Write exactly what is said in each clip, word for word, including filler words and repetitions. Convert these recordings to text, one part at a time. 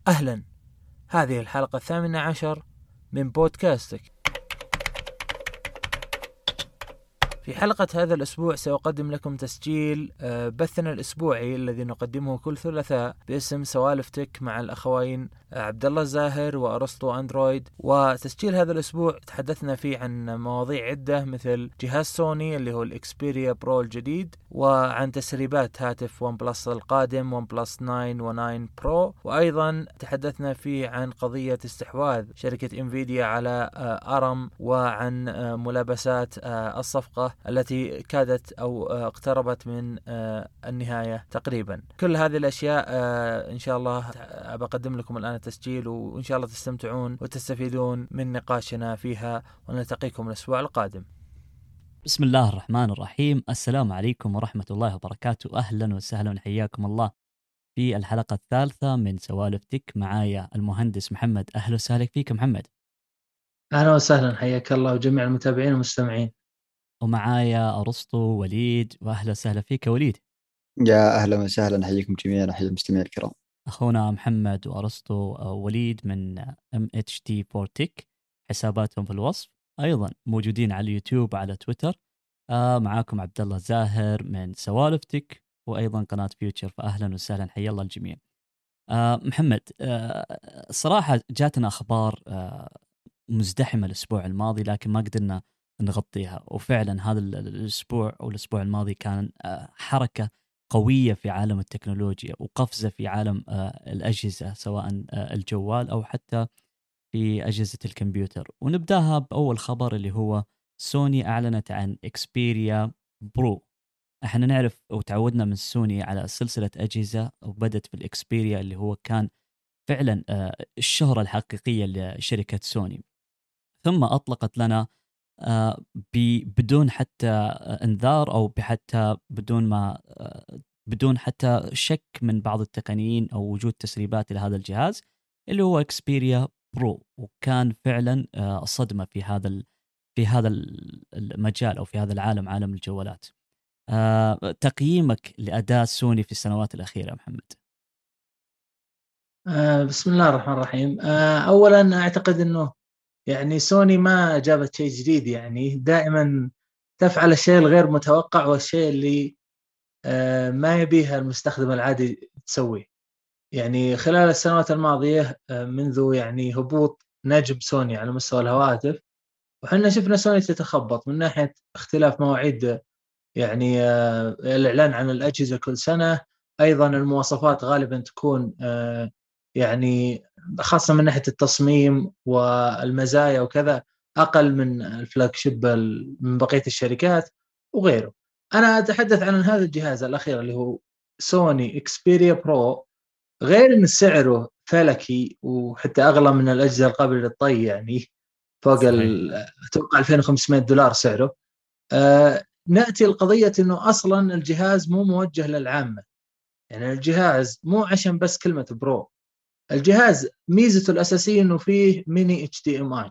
أهلا، هذه الحلقة الثامنة عشر من بودكاستك. في حلقة هذا الأسبوع سأقدم لكم تسجيل بثنا الأسبوعي الذي نقدمه كل ثلاثاء باسم سوالف تك مع الأخوين عبد الله الزاهر وأرسطو أندرويد. وتسجيل هذا الأسبوع تحدثنا فيه عن مواضيع عدة مثل جهاز سوني اللي هو الإكسبيريا برو الجديد، وعن تسريبات هاتف ون بلس القادم ون بلس تسعة و9 برو، وأيضا تحدثنا فيه عن قضية استحواذ شركة انفيديا على أرم، وعن ملابسات الصفقة التي كادت أو اقتربت من النهاية تقريبا. كل هذه الأشياء إن شاء الله بقدم لكم الآن التسجيل، وإن شاء الله تستمتعون وتستفيدون من نقاشنا فيها، ونلتقيكم الأسبوع القادم. بسم الله الرحمن الرحيم. السلام عليكم ورحمة الله وبركاته. أهلا وسهلا، حياكم الله في الحلقة الثالثة من سوالف تك. معايا المهندس محمد. أهلا وسهلا فيك محمد. أهلا وسهلا، حياك الله وجميع المتابعين والمستمعين. ومعايا أرسطو وليد. وأهلا وسهلا فيك وليد. يا أهلا وسهلا، حياكم جميعا، حيا المستمعين الكرام. أخونا محمد وأرسطو وليد من إم إتش تي فور تك، حساباتهم في الوصف، أيضا موجودين على اليوتيوب وعلى تويتر. آه معاكم عبد الله الزاهر من سوالف تك، وأيضا قناة فيوتشر. فأهلا وسهلا، حيا الله الجميع. آه محمد، آه الصراحة جاتنا أخبار آه مزدحمة الأسبوع الماضي، لكن ما قدرنا نغطيها. وفعلا هذا الأسبوع أو الأسبوع الماضي كان آه حركة قوية في عالم التكنولوجيا، وقفزة في عالم آه الأجهزة، سواء آه الجوال أو حتى في أجهزة الكمبيوتر. ونبداها بأول خبر اللي هو سوني أعلنت عن إكسبيريا برو. احنا نعرف وتعودنا من سوني على سلسلة أجهزة، وبدت في الإكسبيريا اللي هو كان فعلا الشهرة الحقيقية لشركة سوني، ثم أطلقت لنا بدون حتى انذار أو بحتى بدون ما بدون حتى شك من بعض التقنيين أو وجود تسريبات لهذا الجهاز اللي هو إكسبيريا برو. وكان فعلا صدمة في هذا في هذا المجال أو في هذا العالم، عالم الجوالات. آه، تقييمك لأداء سوني في السنوات الأخيرة محمد؟ آه بسم الله الرحمن الرحيم. آه أولا أعتقد أنه يعني سوني ما جابت شيء جديد، يعني دائما تفعل الشيء الغير متوقع والشيء اللي آه ما يبيها المستخدم العادي تسويه. يعني خلال السنوات الماضية آه منذ يعني هبوط نجم سوني على مستوى الهواتف، وحنا شفنا سوني تتخبط من ناحية اختلاف مواعيد يعني آه الإعلان عن الأجهزة كل سنة. أيضا المواصفات غالبا تكون آه يعني خاصة من ناحية التصميم والمزايا وكذا أقل من الفلاج شيب من بقية الشركات وغيره. أنا أتحدث عن هذا الجهاز الأخير اللي هو سوني إكسبيريا برو. غير أن سعره فلكي وحتى أغلى من الأجهزة القابلة للطي، يعني فوق أتوقع ألفين وخمسمائة دولار سعره. آه نأتي القضية أنه أصلا الجهاز مو موجه للعامة، يعني الجهاز مو عشان بس كلمة برو. الجهاز ميزته الأساسية أنه فيه ميني اتش دي ام اي،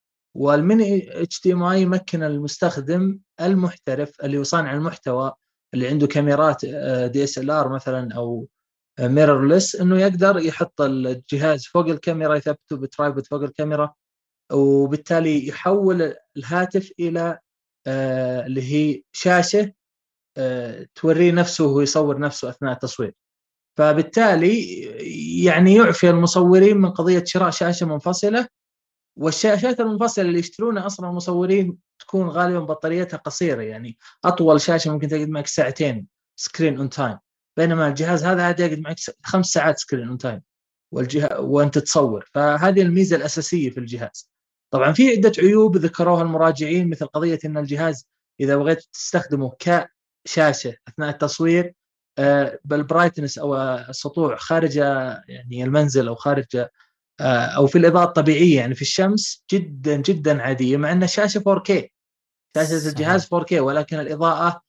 والميني اتش دي ام اي يمكن المستخدم المحترف اللي يصنع المحتوى اللي عنده كاميرات دي اس ال ار مثلا أو ميرورلس انه يقدر يحط الجهاز فوق الكاميرا، يثبته بترايبود فوق الكاميرا، وبالتالي يحول الهاتف الى آه اللي هي شاشه آه توريه نفسه وهو يصور نفسه اثناء التصوير. فبالتالي يعني يعفي المصورين من قضيه شراء شاشه منفصله، والشاشات المنفصله اللي يشترونها اصلا المصورين تكون غالبا بطاريتها قصيره، يعني اطول شاشه ممكن تقعد معك ساعتين سكرين اون تايم، بينما الجهاز هذا عاد يقعد معك خمس ساعات سكرين اون تايم والجهاز وانت تصور. فهذه الميزه الاساسيه في الجهاز. طبعا في عده عيوب ذكروها المراجعين، مثل قضيه ان الجهاز اذا بغيت تستخدمه كشاشه اثناء التصوير بالبرايتنس او السطوع خارج يعني المنزل او خارج او في الاضاءه الطبيعيه، يعني في الشمس جدا جدا عاديه، مع ان الشاشه فور كيه، شاشه الجهاز فور كيه، ولكن الاضاءه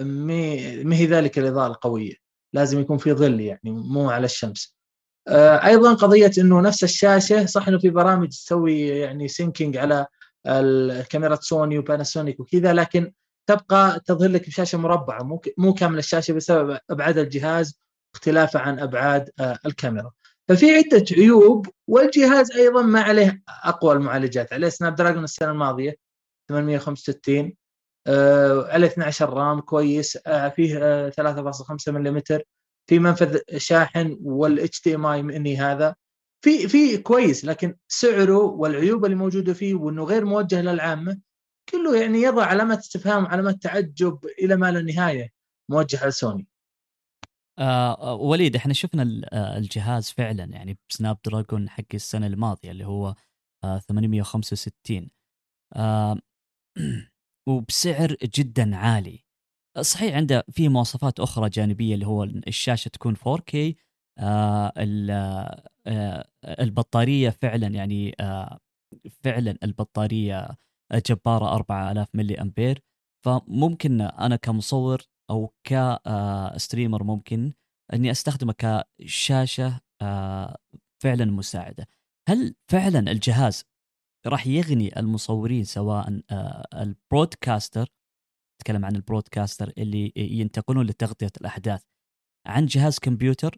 ما هي ذلك الاضاءه القويه، لازم يكون في ظل يعني مو على الشمس. ايضا قضيه انه نفس الشاشه صح انه في برامج تسوي يعني سينكينج على الكاميرا سوني وباناسونيك وكذا، لكن تبقى تظهر لك بشاشه مربعه مو مو كامل الشاشه بسبب ابعاد الجهاز اختلافا عن ابعاد الكاميرا. ففي عدة عيوب. والجهاز أيضا ما عليه أقوى المعالجات، عليه سناب دراجون السنة الماضية ثمانمية وخمسة وستين، آه عليه اثني عشر رام كويس، آه فيه آه ثلاثة فاصلة خمسة ملم، في منفذ شاحن والاتش دي ام اي مني، هذا في في كويس، لكن سعره والعيوب اللي موجودة فيه وأنه غير موجه للعامة كله يعني يضع علامات استفهام وعلامات تعجب إلى ما لا نهاية موجه لسوني. آه وليد، احنا شفنا الجهاز فعلا يعني بسناب دراجون حق السنة الماضية اللي هو آه ثمانمية وخمسة وستين، آه وبسعر جدا عالي. صحيح عنده في مواصفات أخرى جانبية اللي هو الشاشة تكون فور كي، آه آه البطارية فعلا يعني آه فعلا البطارية جبارة أربعة آلاف ملي أمبير. فممكن أنا كمصور أو كستريمر ممكن أني أستخدمه كشاشة فعلا مساعدة. هل فعلا الجهاز راح يغني المصورين سواء البرودكاستر، تكلم عن البرودكاستر اللي ينتقلون لتغطية الأحداث، عن جهاز كمبيوتر؟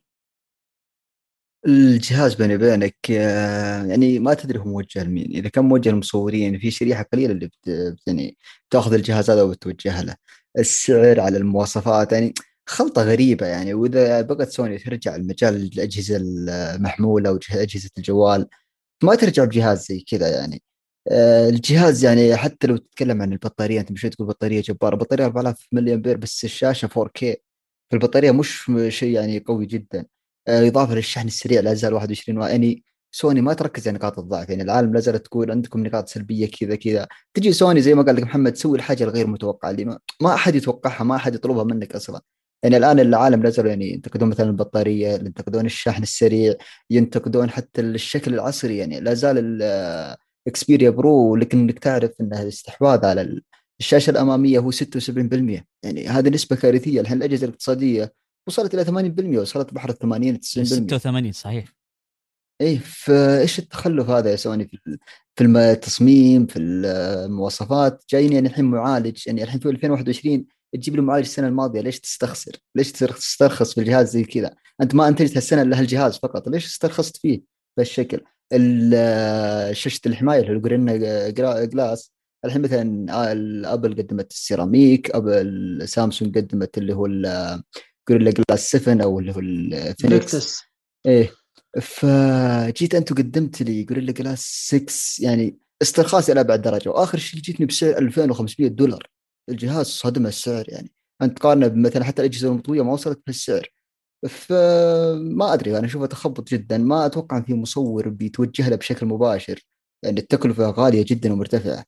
الجهاز بيني وبينك يعني ما تدري هو موجه لمين. إذا كان موجه للمصورين في شريحة قليلة اللي بت يعني تأخذ الجهاز هذا وتوجه له. السعر على المواصفات يعني خلطة غريبة يعني. وإذا بغت سوني ترجع المجال الأجهزة المحمولة وأجهزة الجوال ما ترجع بجهاز زي كذا يعني. آه، الجهاز يعني حتى لو تتكلم عن البطارية، أنت مش تقول بطارية جبارة، بطارية أربعة آلاف ملي أمبير بس الشاشة فور كي، فالبطارية مش شيء يعني قوي جدا. آه، إضافة للشحن السريع لا زال واحد وعشرين واط. يعني سوني ما تركز على نقاط الضعف، يعني العالم لا زالت تقول عندكم نقاط سلبية كذا كذا، تجي سوني زي ما قال لك محمد تسوي الحاجة الغير متوقعة اللي ما, ما أحد يتوقعها، ما أحد يطلبها منك أصلا. يعني الآن العالم لا زالوا يعني ينتقدون مثلا البطارية، ينتقدون الشحن السريع، ينتقدون حتى الشكل العصري. يعني لا زال الاكسبيريا برو، لكن انك تعرف ان الاستحواذ على الشاشه الاماميه هو ستة وسبعين بالمئة، يعني هذه نسبه كارثيه. الحين الاجهزه الاقتصاديه وصلت الى ثمانين بالمئة، وصلت بحر ال ثمانين تسعين بالمئة. ستة وثمانين صحيح. ايه، فايش التخلف هذا يا سوني في في التصميم، في المواصفات؟ جايين يعني الحين معالج، يعني الحين في ألفين وواحد وعشرين تجيب لي معالج السنه الماضيه، ليش تستخسر؟ ليش تسترخص في الجهاز زي كذا؟ انت ما انتجت هالسنه الا هالجهاز فقط، ليش استرخصت فيه بهالشكل؟ شاشه الحمايه اللي قلنا جلاس، الحين مثلا الابل قدمت السيراميك، ابل سامسونج قدمت اللي هو جوريلا جلاس سبعة او اللي هو الفينيكس. ايه، فجيت انت وقدمت لي جوريلا جلاس ستة، يعني استرخاص الى ابعد درجه، واخر شيء جيتني بسعر ألفين وخمسمئة دولار. الجهاز صدم السعر يعني. انت قارنه مثلا حتى الاجهزه المطويه ما وصلت بهالسعر. فما ادري، انا اشوفه تخبط جدا. ما اتوقع ان في مصور بيتوجه له بشكل مباشر، يعني التكلفه غاليه جدا ومرتفعه.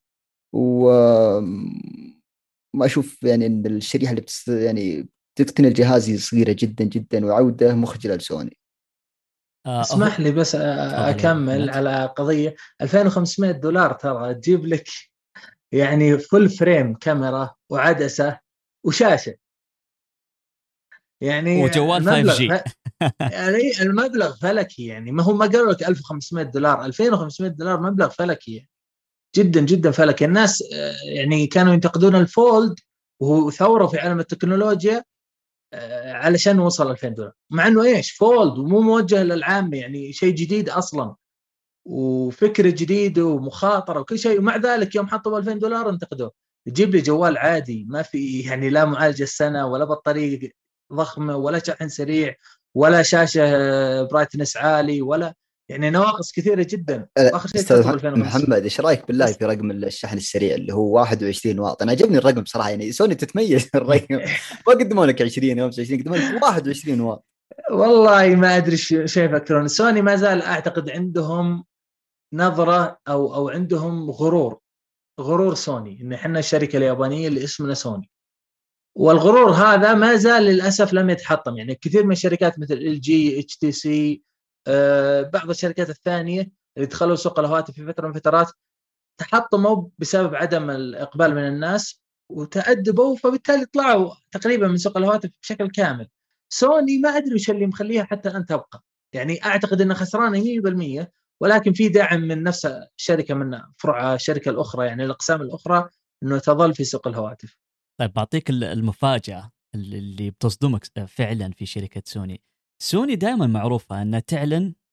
وما اشوف يعني ان الشريحه اللي بتست... يعني تقتني الجهاز صغيره جدا جدا، وعوده مخجله لسوني. آه اسمح لي بس أكمل على قضية ألفين وخمسمئة دولار، ترى تجيب لك يعني فل فريم كاميرا وعدسة وشاشة، يعني وجوال فايف جي. ف... يعني المبلغ فلكي، يعني ما هو ما قالوا لك ألف وخمسمئة دولار، ألفين وخمسمئة دولار مبلغ فلكي يعني. جدا جدا فلكي. الناس يعني كانوا ينتقدون الفولد وهو ثورة في عالم التكنولوجيا علشان وصل ألفين دولار، مع انه ايش فولد ومو موجه للعامة، يعني شيء جديد اصلا وفكرة جديدة ومخاطرة وكل شيء، ومع ذلك يوم حطوا ألفين دولار انتقدوه. تجيب لي جوال عادي ما في يعني لا معالجة السنة ولا بطارية ضخمة ولا شحن سريع ولا شاشة برايتنس عالي ولا يعني نواقص كثيرة جدا، واخر شيء استاذ تحطه ألفين وخمسمئة. محمد، ايش رايك بالله في رقم الشحن السريع اللي هو واحد وعشرين واط؟ انا عجبني الرقم بصراحه، يعني سوني تتميز الرقم. ما قدموا لك عشرين خمسة وعشرين، قدموا لك واحد وعشرين واط. والله ما ادري شو يفكرون. سوني ما زال اعتقد عندهم نظرة او او عندهم غرور، غرور سوني ان احنا الشركة اليابانية اللي اسمنا سوني، والغرور هذا ما زال للأسف لم يتحطم. يعني كثير من الشركات مثل ال جي، اتش تي سي، بعض الشركات الثانية اللي دخلوا سوق الهواتف في فترة من فترات تحطموا بسبب عدم الإقبال من الناس وتأدبوا، فبالتالي طلعوا تقريبا من سوق الهواتف بشكل كامل. سوني ما أدري وش اللي مخليها حتى أن تبقى، يعني أعتقد أنها خسرانة مئة بالمئة، ولكن في دعم من نفس الشركة من فروع الشركة الأخرى، يعني الأقسام الأخرى، أنه تظل في سوق الهواتف. طيب بعطيك المفاجأة اللي بتصدمك فعلا في شركة سوني. سوني دائما معروفة أنها تعلن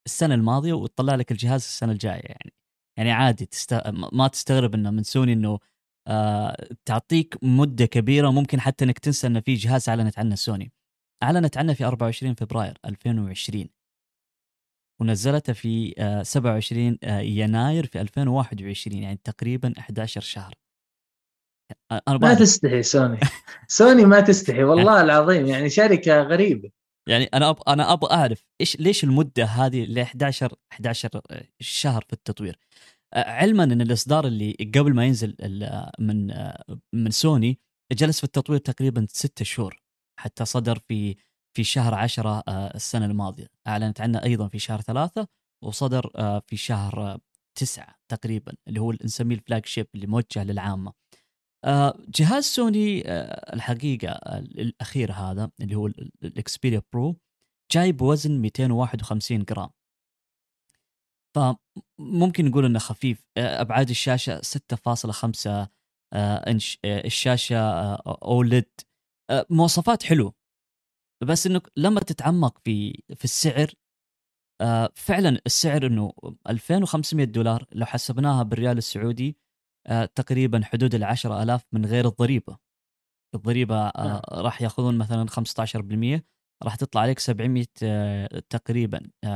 السنه الماضيه وتطلع لك الجهاز السنه الجايه. يعني يعني عادي تست... ما تستغرب انه من سوني انه آه تعطيك مده كبيره، ممكن حتى انك تنسى ان في جهاز اعلنت عنه سوني. اعلنت عنه في أربعة وعشرين فبراير ألفين وعشرين ونزلته في آه سبعة وعشرين آه يناير في ألفين وواحد وعشرين، يعني تقريبا أحد عشر شهر. أنا ما تستحي سوني سوني ما تستحي والله العظيم، يعني شركة غريبة. يعني انا أب... انا ابغى اعرف ايش ليش المده هذه ل أحد عشر أحد عشر شهر في التطوير، علما ان الاصدار اللي قبل ما ينزل من من سوني جلس في التطوير تقريبا ستة شهور، حتى صدر في في شهر عشرة السنه الماضيه، اعلنت عنه ايضا في شهر ثلاثة، وصدر في شهر تسعة تقريبا، اللي هو نسميه الفلاج شيب اللي موجه للعامه. جهاز سوني الحقيقه الاخير هذا اللي هو الاكسبيريا برو جاي بوزن مئتين وواحد وخمسين جرام، فممكن نقول انه خفيف. ابعاد الشاشه ستة فاصلة خمسة انش، الشاشه اوليد، مواصفات حلو، بس انه لما تتعمق في في السعر، فعلا السعر انه ألفين وخمسمائة دولار لو حسبناها بالريال السعودي تقريبا حدود العشرة آلاف من غير الضريبه. الضريبه راح ياخذون مثلا خمسة عشر بالمئة، راح تطلع عليك سبعمائة تقريبا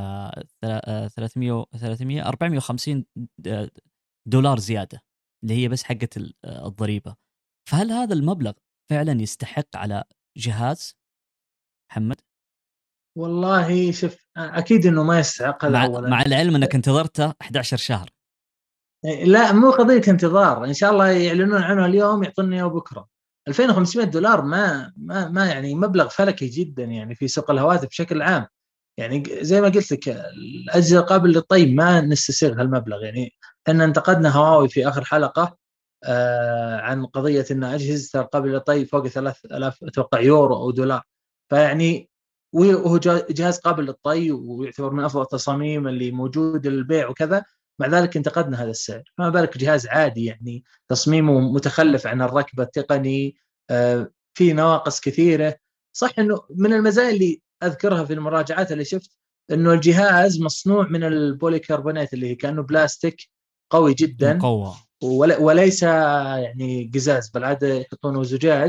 ثلاثمائة ثلاثمائة أربعمائة وخمسين دولار زياده، اللي هي بس حقه الضريبه. فهل هذا المبلغ فعلا يستحق على جهاز محمد؟ والله شوف، اكيد انه ما يستحق هذا. مع, اولا مع العلم انك انتظرته أحد عشر شهر. لا مو قضيه انتظار، ان شاء الله يعلنون عنه اليوم يعطوني اياه بكره. ألفين وخمسمائة دولار ما ما ما يعني مبلغ فلكي جدا يعني في سوق الهواتف بشكل عام. يعني زي ما قلت لك الاجهزه قابل للطي ما نستسيغ هالمبلغ. يعني احنا انتقدنا هواوي في اخر حلقه آه عن قضيه ان اجهزه قابله للطي فوق ثلاثة آلاف اتوقع يورو او دولار، فيعني وهو جهاز قابل للطي ويعتبر من افضل التصاميم اللي موجوده للبيع وكذا، مع ذلك انتقدنا هذا السعر. فما بالك جهاز عادي يعني تصميمه متخلف عن الركب التقني، آه في نواقص كثيره. صح انه من المزايا اللي اذكرها في المراجعات اللي شفت انه الجهاز مصنوع من البوليكربونات اللي هي كانه بلاستيك قوي جدا مقوى، وليس يعني قزاز، بالعاده يحطونه زجاج.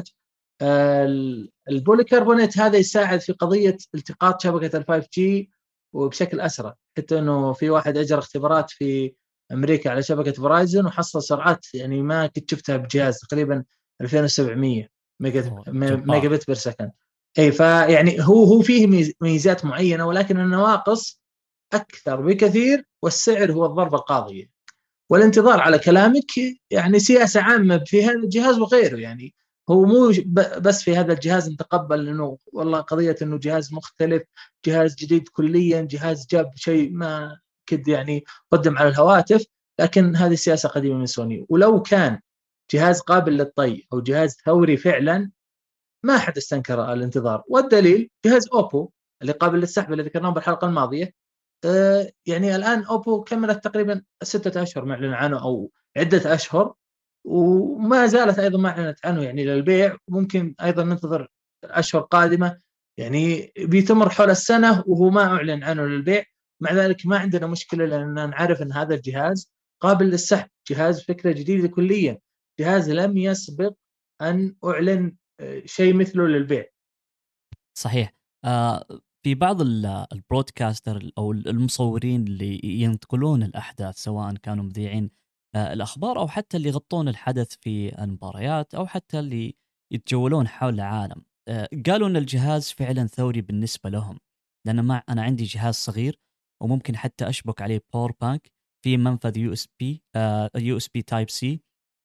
البوليكربونات هذا يساعد في قضيه التقاط شبكه الفايف جي وبشكل اسرع، حتى انه في واحد اجرى اختبارات في امريكا على شبكه فرايزن وحصل سرعات يعني ما كنت شفتها بجهاز، تقريبا ألفين وسبعمائة ميجا ميجا بت بير سكند. اي فيعني هو هو فيه ميزات معينه، ولكن النواقص اكثر بكثير، والسعر هو الضربه القاضيه. والانتظار على كلامك يعني سياسه عامه في هذا الجهاز وغيره. يعني هو مو بس في هذا الجهاز نتقبل انه والله قضيه انه جهاز مختلف، جهاز جديد كليا، جهاز جاب شيء ما كد يعني قدم على الهواتف، لكن هذه سياسه قديمه من سوني. ولو كان جهاز قابل للطي او جهاز ثوري فعلا ما حد استنكر الانتظار. والدليل جهاز اوبو اللي قابل للسحب اللي ذكرناه بالحلقه الماضيه، آه يعني الان اوبو كملت تقريبا ستة اشهر معلن عنه او عده اشهر، وما زالت ايضا ما اعلنت عنه يعني للبيع. ممكن ايضا ننتظر اشهر قادمه، يعني بيتمر حول السنه وهو ما اعلن عنه للبيع. مع ذلك ما عندنا مشكله لاننا نعرف ان هذا الجهاز قابل للسحب، جهاز فكره جديده كليا، جهاز لم يسبق ان اعلن شيء مثله للبيع. صحيح. آه في بعض البرودكاستر او المصورين اللي ينتقلون الاحداث، سواء كانوا مذيعين آه الاخبار او حتى اللي يغطون الحدث في المباريات او حتى اللي يتجولون حول العالم، آه قالوا ان الجهاز فعلا ثوري بالنسبه لهم، لان ما انا عندي جهاز صغير وممكن حتى اشبك عليه باور بانك في منفذ يو اس بي يو اس بي تايب سي،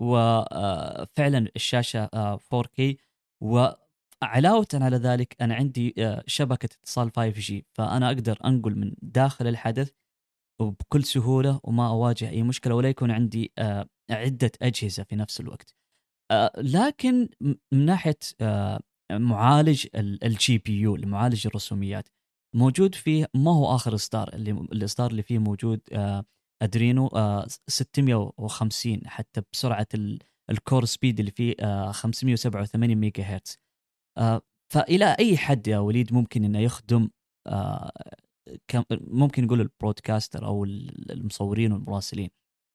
وفعلا الشاشه آه فور كي، وعلاوة على ذلك أنا عندي شبكة اتصال فايف جي، فأنا أقدر أنقل من داخل الحدث وبكل سهولة وما أواجه أي مشكلة، ولا يكون عندي عدة أجهزة في نفس الوقت. لكن من ناحية معالج الجي بي يو، المعالج الرسوميات، موجود فيه ما هو آخر إصدار، اللي الإصدار اللي فيه موجود أدرينو ستمائة وخمسين، حتى بسرعة الكور سبيد اللي فيه خمسمائة وسبعة وثمانين ميجا هرتز. آه فإلى أي حد يا وليد ممكن أنه يخدم آه ممكن نقول البرودكاستر او المصورين والمراسلين؟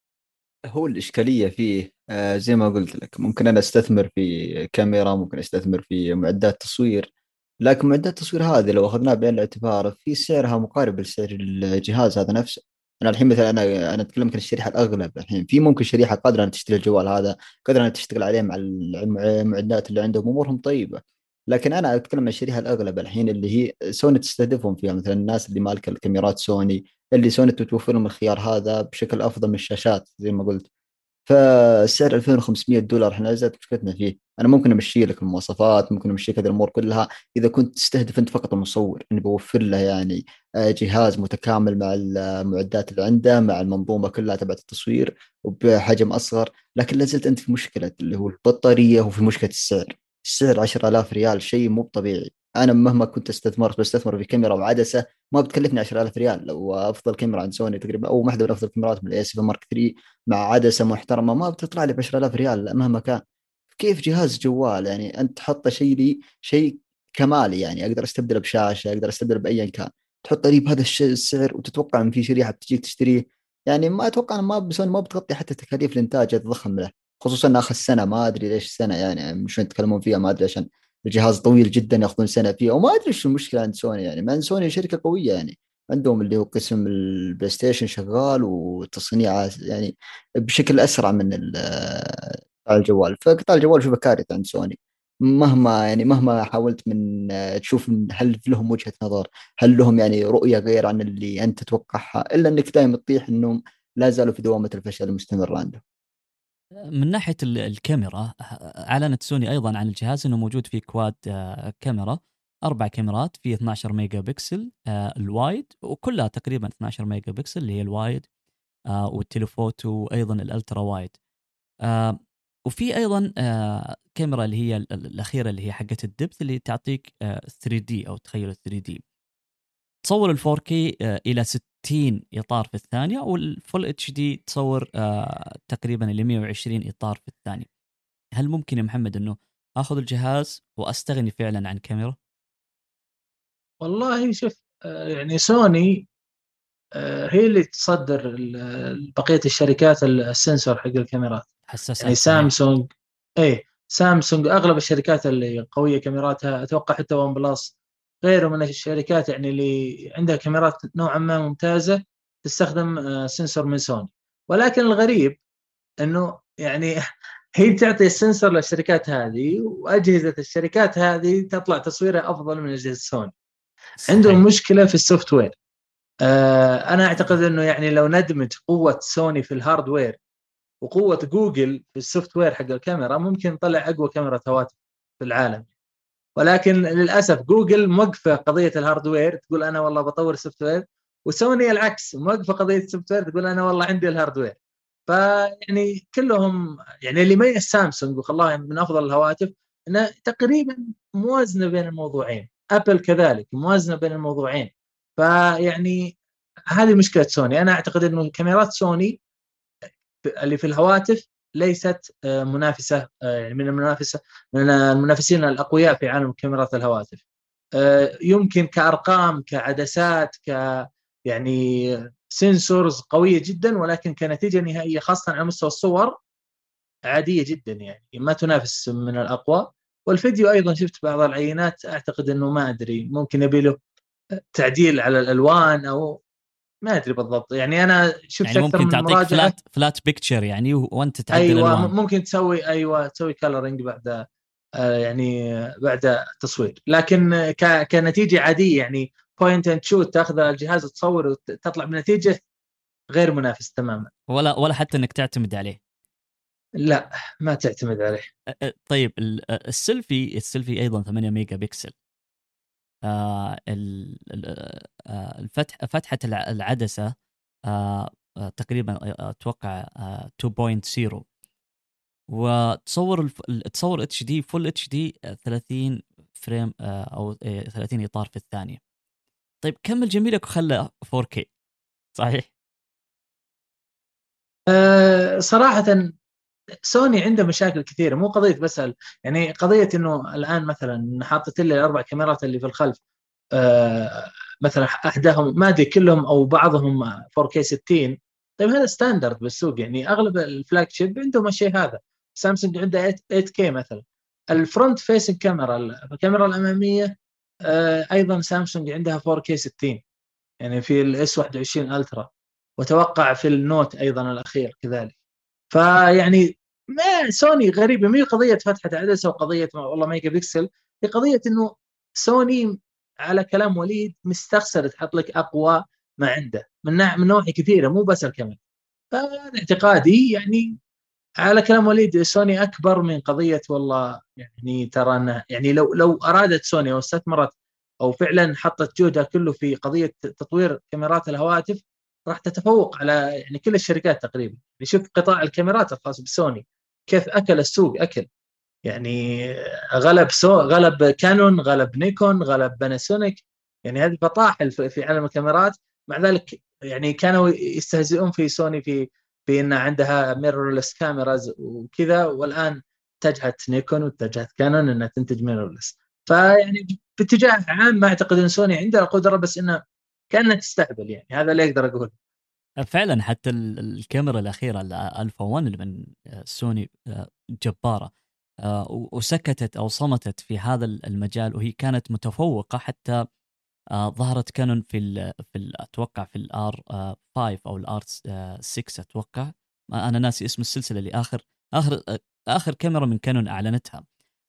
هو الإشكالية فيه آه زي ما قلت لك، ممكن أنا أستثمر في كاميرا، ممكن أستثمر في معدات تصوير، لكن معدات التصوير هذه لو أخذناها بعين الاعتبار في سعرها مقارب لسعر الجهاز هذا نفسه. أنا الحين مثلا أنا أنا أتكلم عن الشريحة الأغلب، الحين في ممكن شريحة قادرة أن تشتري الجوال هذا، قادرة أن تشتغل عليه مع المعدات اللي عندهم، أمورهم طيبة. لكن أنا أتكلم عن الشريحة الأغلب الحين اللي هي سوني تستهدفهم فيها، مثلا الناس اللي مالكة الكاميرات سوني، اللي سوني توفر لهم الخيار هذا بشكل أفضل من الشاشات زي ما قلت. فالسعر ألفين وخمسمية دولار احنا زادت مشكلتنا فيه. انا ممكن امشي لك المواصفات، ممكن امشي لك هذه الامور كلها اذا كنت تستهدف انت فقط المصور، اني بوفر له يعني آه، جهاز متكامل مع المعدات اللي عنده، مع المنظومه كلها تبعت التصوير وبحجم اصغر. لكن لازلت انت في مشكله اللي هو البطاريه، وفي مشكله السعر. السعر عشرة آلاف ريال شيء مو طبيعي. انا مهما كنت استثمرت بستثمر في كاميرا وعدسه ما بتكلفني عشرة آلاف ريال. لو افضل كاميرا عند سوني تقريبا، او واحده من افضل الكاميرات من الاي سبعة مارك ثري مع عدسه محترمه، ما بتطلع لي ب عشرة آلاف ريال لا مهما كان. كيف جهاز جوال يعني انت تحط شيء لي شيء كمالي، يعني اقدر استبدله بشاشه، اقدر استبدله بايا كان، تحط لي بهذا الشيء السعر وتتوقع ان في شريحه بتجيك تشتريه؟ يعني ما اتوقع ان ما بسوني ما بتغطي حتى تكاليف الانتاج الضخم له، خصوصا ان اخذ سنه، ما ادري ليش سنه، يعني مش يتكلمون فيها، ما ادري عشان الجهاز طويل جدا ياخذون سنه فيه، وما ادري ايش المشكله عند سوني. يعني مع ان سوني شركه قويه، يعني عندهم اللي هو قسم البلاي ستيشن شغال وتصنيعه يعني بشكل اسرع من ال- قطاع الجوال. فقطاع الجوال شوفه كارثه عند سوني. مهما يعني مهما حاولت من آه، تشوف إن هل لهم وجهة نظر، هل لهم يعني رؤية غير عن اللي أنت تتوقعها، إلا أنك دائما تطيح أنهم لا زالوا في دوامة الفشل المستمرة عندهم. من ناحيه ال- الكاميرا، اعلنت سوني ايضا عن الجهاز انه موجود فيه كواد آه، كاميرا، اربع كاميرات، في اثنا عشر ميجا بكسل آه، الوايد، وكلها تقريبا اثنا عشر ميجا بكسل اللي هي الوايد، آه، والتليفوتو، وايضا الالترا وايد. آه، وفي ايضا آه، كاميرا اللي هي ال- الاخيره اللي هي حقه الدبث، اللي تعطيك آه، ثري دي او تخيل ثري دي، تصور ال فور كي آه، الى ستين اطار في الثانيه، والفول اتش دي تصور آه، تقريبا الى مية وعشرين اطار في الثانيه. هل ممكن يا محمد انه اخذ الجهاز واستغني فعلا عن كاميرا؟ والله شوف، آه، يعني سوني آه، هي اللي تصدر ال- بقية الشركات السنسور حق الكاميرات. يعني حساسات، صحيح. سامسونج، ايه سامسونج اغلب الشركات اللي قوية كاميراتها، اتوقع حتى ون بلس، غيره من الشركات يعني اللي عندها كاميرات نوعا ما ممتازة تستخدم آه، سنسور من سوني. ولكن الغريب انه يعني هي تعطي السنسور للشركات هذه، واجهزة الشركات هذه تطلع تصويرها افضل من اجهزة سوني. عندهم صحيح. مشكلة في السوفت وير. آه، أنا أعتقد أنه يعني لو ندمج قوة سوني في الهاردوير وقوة جوجل في السوفت وير حق الكاميرا، ممكن نطلع أقوى كاميرا هواتف في العالم. ولكن للأسف جوجل موقفة قضية الهاردوير، تقول أنا والله بطور سوفت وير، وسوني العكس، موقفة قضية السوفت وير، تقول أنا والله عندي الهاردوير. فيعني كلهم يعني اللي يميز سامسونج وخلاها من أفضل الهواتف أنها تقريبا موازنة بين الموضوعين. أبل كذلك موازنة بين الموضوعين. فيعني هذه مشكلة سوني. أنا أعتقد أنه كاميرات سوني اللي في الهواتف ليست آه، منافسة، آه، يعني من المنافسة من المنافسين الأقوياء في عالم كاميرات الهواتف. آه، يمكن كأرقام، كعدسات، ك يعني سنسورز قوية جدا، ولكن كنتيجة نهائية خاصة على مستوى الصور عادية جدا، يعني ما تنافس من الأقوى. والفيديو أيضا شفت بعض العينات، أعتقد أنه ما أدري ممكن يبي له تعديل على الألوان، أو ما أدري بالضبط. يعني أنا شفت يعني أكثر ممكن من تعطيك مراجعة. فلات فلات بيكتشر يعني، و- وانت تعدل أيوة الوان. ممكن تسوي، أيوة تسوي كالرينج بعد آه، يعني بعد تصوير، لكن ك... كنتيجة عادية يعني بوينت اند شوت، تاخذ الجهاز وتصور وتطلع بنتيجة غير منافس تماما. ولا ولا حتى انك تعتمد عليه. لا، ما تعتمد عليه. أ- أ- طيب ال- أ- السيلفي السيلفي ايضا ثمانية ميجا بكسل. آه ال- ال- آه الفتح فتحة الع- العدسة آه آه تقريبا آه، اتوقع آه تو بوينت زيرو، وتصور الف... تصور اتش دي فول اتش دي ثلاثين فريم آه او آه، ثلاثين اطار في الثانية. طيب كمل جميلك وخلى فور كي، صحيح؟ أه صراحة سوني عنده مشاكل كثيرة، مو قضية بس ال- يعني قضية انه الان مثلا حاطت لي الاربع كاميرات اللي في الخلف، أه مثلا احداهم ما ادري كلهم او بعضهم فور كيه ستين. طيب هذا ستاندرد بالسوق، يعني اغلب الفلاج شيب عندهم الشيء هذا. سامسونج عنده ثمانية كيه مثلا. الفرونت فيسنج كاميرا، الكاميرا الاماميه آه ايضا سامسونج عندها فور كيه ستين، يعني في الاس واحد وعشرين الترا، وتوقع في النوت ايضا الاخير كذلك. فيعني ما سوني غريبه، مي قضيه فتحه عدسه وقضيه والله ميجا بكسل، هي قضيه انه سوني على كلام وليد مستخسر تحط لك اقوى ما عنده من ناحيه من نواحي كثيره، مو بس الكاميرا. فهذا اعتقادي يعني. على كلام وليد سوني اكبر من قضيه والله، يعني ترى انه يعني لو لو ارادت سوني او استثمرت او فعلا حطت جهدها كله في قضيه تطوير كاميرات الهواتف، راح تتفوق على يعني كل الشركات تقريبا. نشوف قطاع الكاميرات الخاص بسوني كيف اكل السوق اكل، يعني غلب سو غلب كانون، غلب نيكون، غلب باناسونيك. يعني هذه فطاحل في عالم الكاميرات. مع ذلك يعني كانوا يستهزئون في سوني في في ان عندها ميرورلس كاميراز وكذا، والان اتجهت نيكون واتجهت كانون انها تنتج ميرورلس. فيعني باتجاه عام ما اعتقد ان سوني عندها القدره، بس انها كانها تستهبل، يعني هذا اللي اقدر اقول. فعلا حتى الكاميرا الأخيرة الألفا واحد من سوني جبارة، وسكتت أو صمتت في هذا المجال، وهي كانت متفوقة. حتى ظهرت كانون في ال في ال أتوقع في الآر خمسة أو الآر ستة أتوقع، أنا ناسي اسم السلسلة اللي آخر آخر آخر كاميرا من كانون أعلنتها.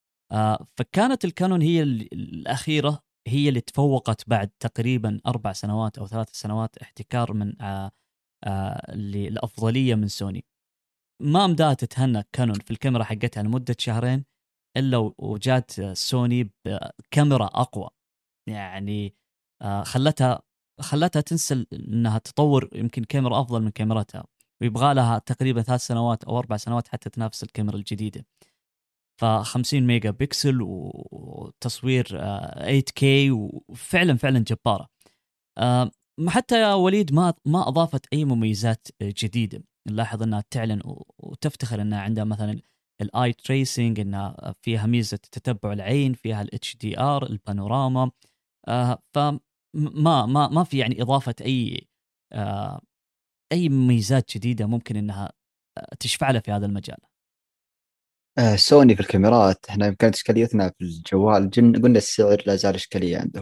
فكانت الكانون هي الأخيرة، هي اللي تفوقت بعد تقريبا أربع سنوات أو ثلاث سنوات احتكار من آه للأفضلية من سوني. ما مداها تتهنى كانون في الكاميرا حقتها لمدة شهرين إلا وجات سوني بكاميرا أقوى، يعني آه خلتها خلتها تنسى إنها تطور يمكن كاميرا أفضل من كاميرتها، ويبغى لها تقريبا ثلاث سنوات أو أربع سنوات حتى تنافس الكاميرا الجديدة. فخمسين ميجا بكسل وتصوير آه ثمانية كيه، وفعلا فعلا جبارة. آه حتى يا وليد ما ما اضافت اي مميزات جديده. نلاحظ انها تعلن وتفتخر انها عندها مثلا الاي تريسنج، انها فيها ميزه تتبع العين، فيها الاتش دي ار، البانوراما. آه فما ما ما في يعني اضافه اي آه اي مميزات جديده ممكن انها تشفع له في هذا المجال. آه سوني في الكاميرات احنا كانت اشكاليتنا في الجوال، جن قلنا السعر لا زال اشكاليه عندهم.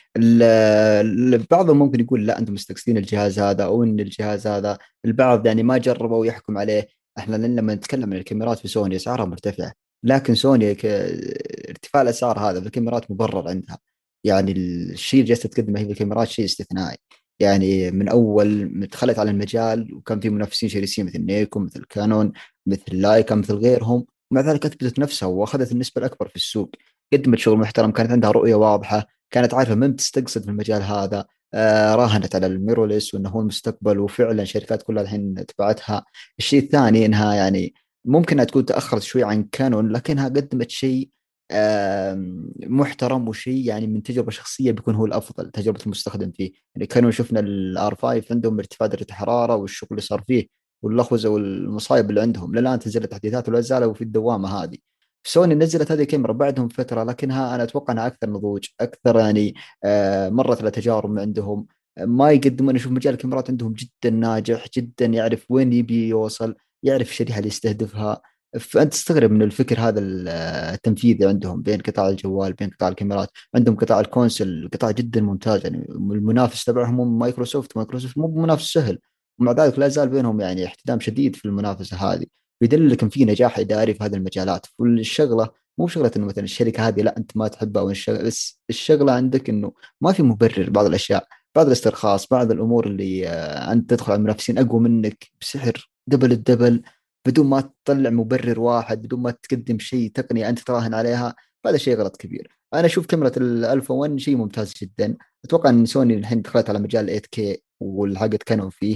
البعض ممكن يقول لا انتم مستقصدين الجهاز هذا او ان الجهاز هذا، البعض يعني ما جربوا ويحكم عليه. احنا لما نتكلم عن الكاميرات في سوني اسعارها مرتفعه، لكن سوني ك... ارتفاع الاسعار هذا في الكاميرات مبرر عندها. يعني الشيء اللي جالسه تقدمه هي في الكاميرات شيء استثنائي. يعني من اول ما دخلت على المجال وكان في منافسين شرسين مثل نيكون مثل كانون مثل لايكا مثل غيرهم، ومع ذلك اثبتت نفسها واخذت النسبه الاكبر في السوق. قدمت شغل محترم، كانت عندها رؤيه واضحه، كانت عارفه من تستقصد في المجال هذا. آه راهنت على الميروليس وانه هو المستقبل، وفعلا شركات كلها الحين تبعتها. الشيء الثاني انها يعني ممكن انها تكون تاخرت شوي عن كانون، لكنها قدمت شيء آه محترم، وشيء يعني من تجربه شخصيه بيكون هو الافضل تجربه المستخدم فيه. يعني كانون شفنا الار خمسة عندهم ارتفاع درجه حراره والشغل اللي صار فيه واللخوزه والمصايب اللي عندهم، للان تنزل تحديثات ولا زالوا في الدوامه هذه. سوني نزلت هذه الكاميرا بعدهم فترة، لكنها أنا أتوقع أنها أكثر نضوج، أكثر يعني آه مرت على تجارب عندهم. ما يقدمون، أشوف مجال الكاميرات عندهم جدا ناجح، جدا يعرف وين يبي يوصل، يعرف الشريحة اللي يستهدفها. فأنت تستغرب من الفكر هذا التنفيذي عندهم بين قطاع الجوال بين قطاع الكاميرات. عندهم قطاع الكونسل قطاع جدا ممتاز، يعني المنافس تبعهم هم مايكروسوفت، مايكروسوفت مو منافس سهل، ومع ذلك لا زال بينهم يعني احتدام شديد في المنافسة هذه. بيدلك ان في نجاح اداري في هذه المجالات. والشغله مو شغله انه مثلا الشركه هذه لا انت ما تحبها، او الشغله بس الشغله عندك انه ما في مبرر بعض الاشياء، بعض الاسترخاص، بعض الامور اللي آه، انت تدخل على المنافسين اقوى منك بسعر دبل الدبل بدون ما تطلع مبرر واحد، بدون ما تقدم شيء تقنيه انت تراهن عليها. هذا شيء غلط كبير. انا اشوف كاميرا الالفا واحد شيء ممتاز جدا. اتوقع ان سوني الحين دخلت على مجال ثمانية كيه والحقت كانوا فيه،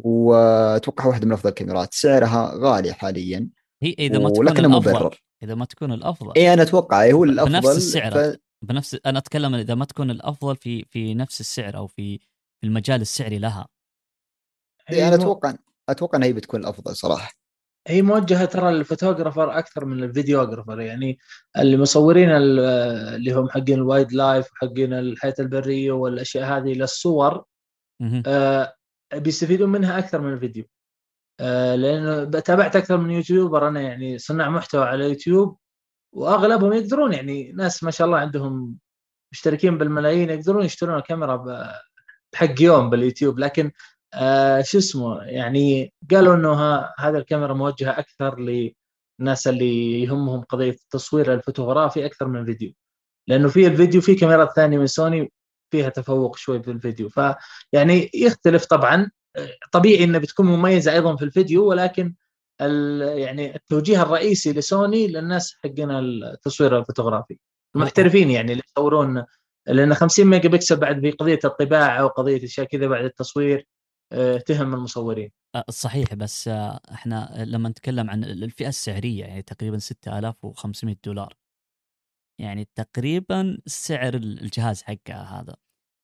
واتوقع واحده من افضل الكاميرات. سعرها غالي حاليا هي اذا ما تكون ولكنه الافضل، مبرر. اذا ما تكون الافضل اي انا اتوقع إيه هو ب- بنفس الافضل. السعر ف أت- بنفس انا اتكلم اذا ما تكون الافضل في في نفس السعر او في في المجال السعري لها. إيه هي انا مو اتوقع اتوقع انها هي بتكون الافضل صراحه. هي موجهة ترى للفوتوغرافر أكثر من الفيديوغرافر. يعني المصورين ال- اللي هم حقين الوايد لايف وحقين الحياة البرية والأشياء هذه للصور، مهم. آه، بيستفيدون منها أكثر من الفيديو. آه، لأنه تابعت أكثر من يوتيوبر أنا، يعني صناع محتوى على يوتيوب، وأغلبهم يقدرون، يعني ناس ما شاء الله عندهم مشتركين بالملايين، يقدرون يشترون كاميرا ب- بحق يوم باليوتيوب. لكن آه شو اسمه، يعني قالوا انه ها- هذا الكاميرا موجهه اكثر للناس اللي يهمهم قضيه التصوير الفوتوغرافي اكثر من الفيديو، لانه في الفيديو في كاميرات ثانيه من سوني فيها تفوق شوي في الفيديو. فيعني يختلف طبعا. آه، طبيعي انه بتكون مميزه ايضا في الفيديو، ولكن ال- يعني التوجيه الرئيسي لسوني للناس حقنا التصوير الفوتوغرافي هو هو المحترفين، يعني اللي يصورون، لان خمسين ميجا بكسل بعد في قضيه الطباعه وقضيه اشياء كذا بعد التصوير آه، تهم المصورين. آه، صحيح. بس آه، احنا لما نتكلم عن الفئة السعرية يعني تقريبا ستة آلاف وخمسمائة دولار، يعني تقريبا سعر الجهاز حقها هذا.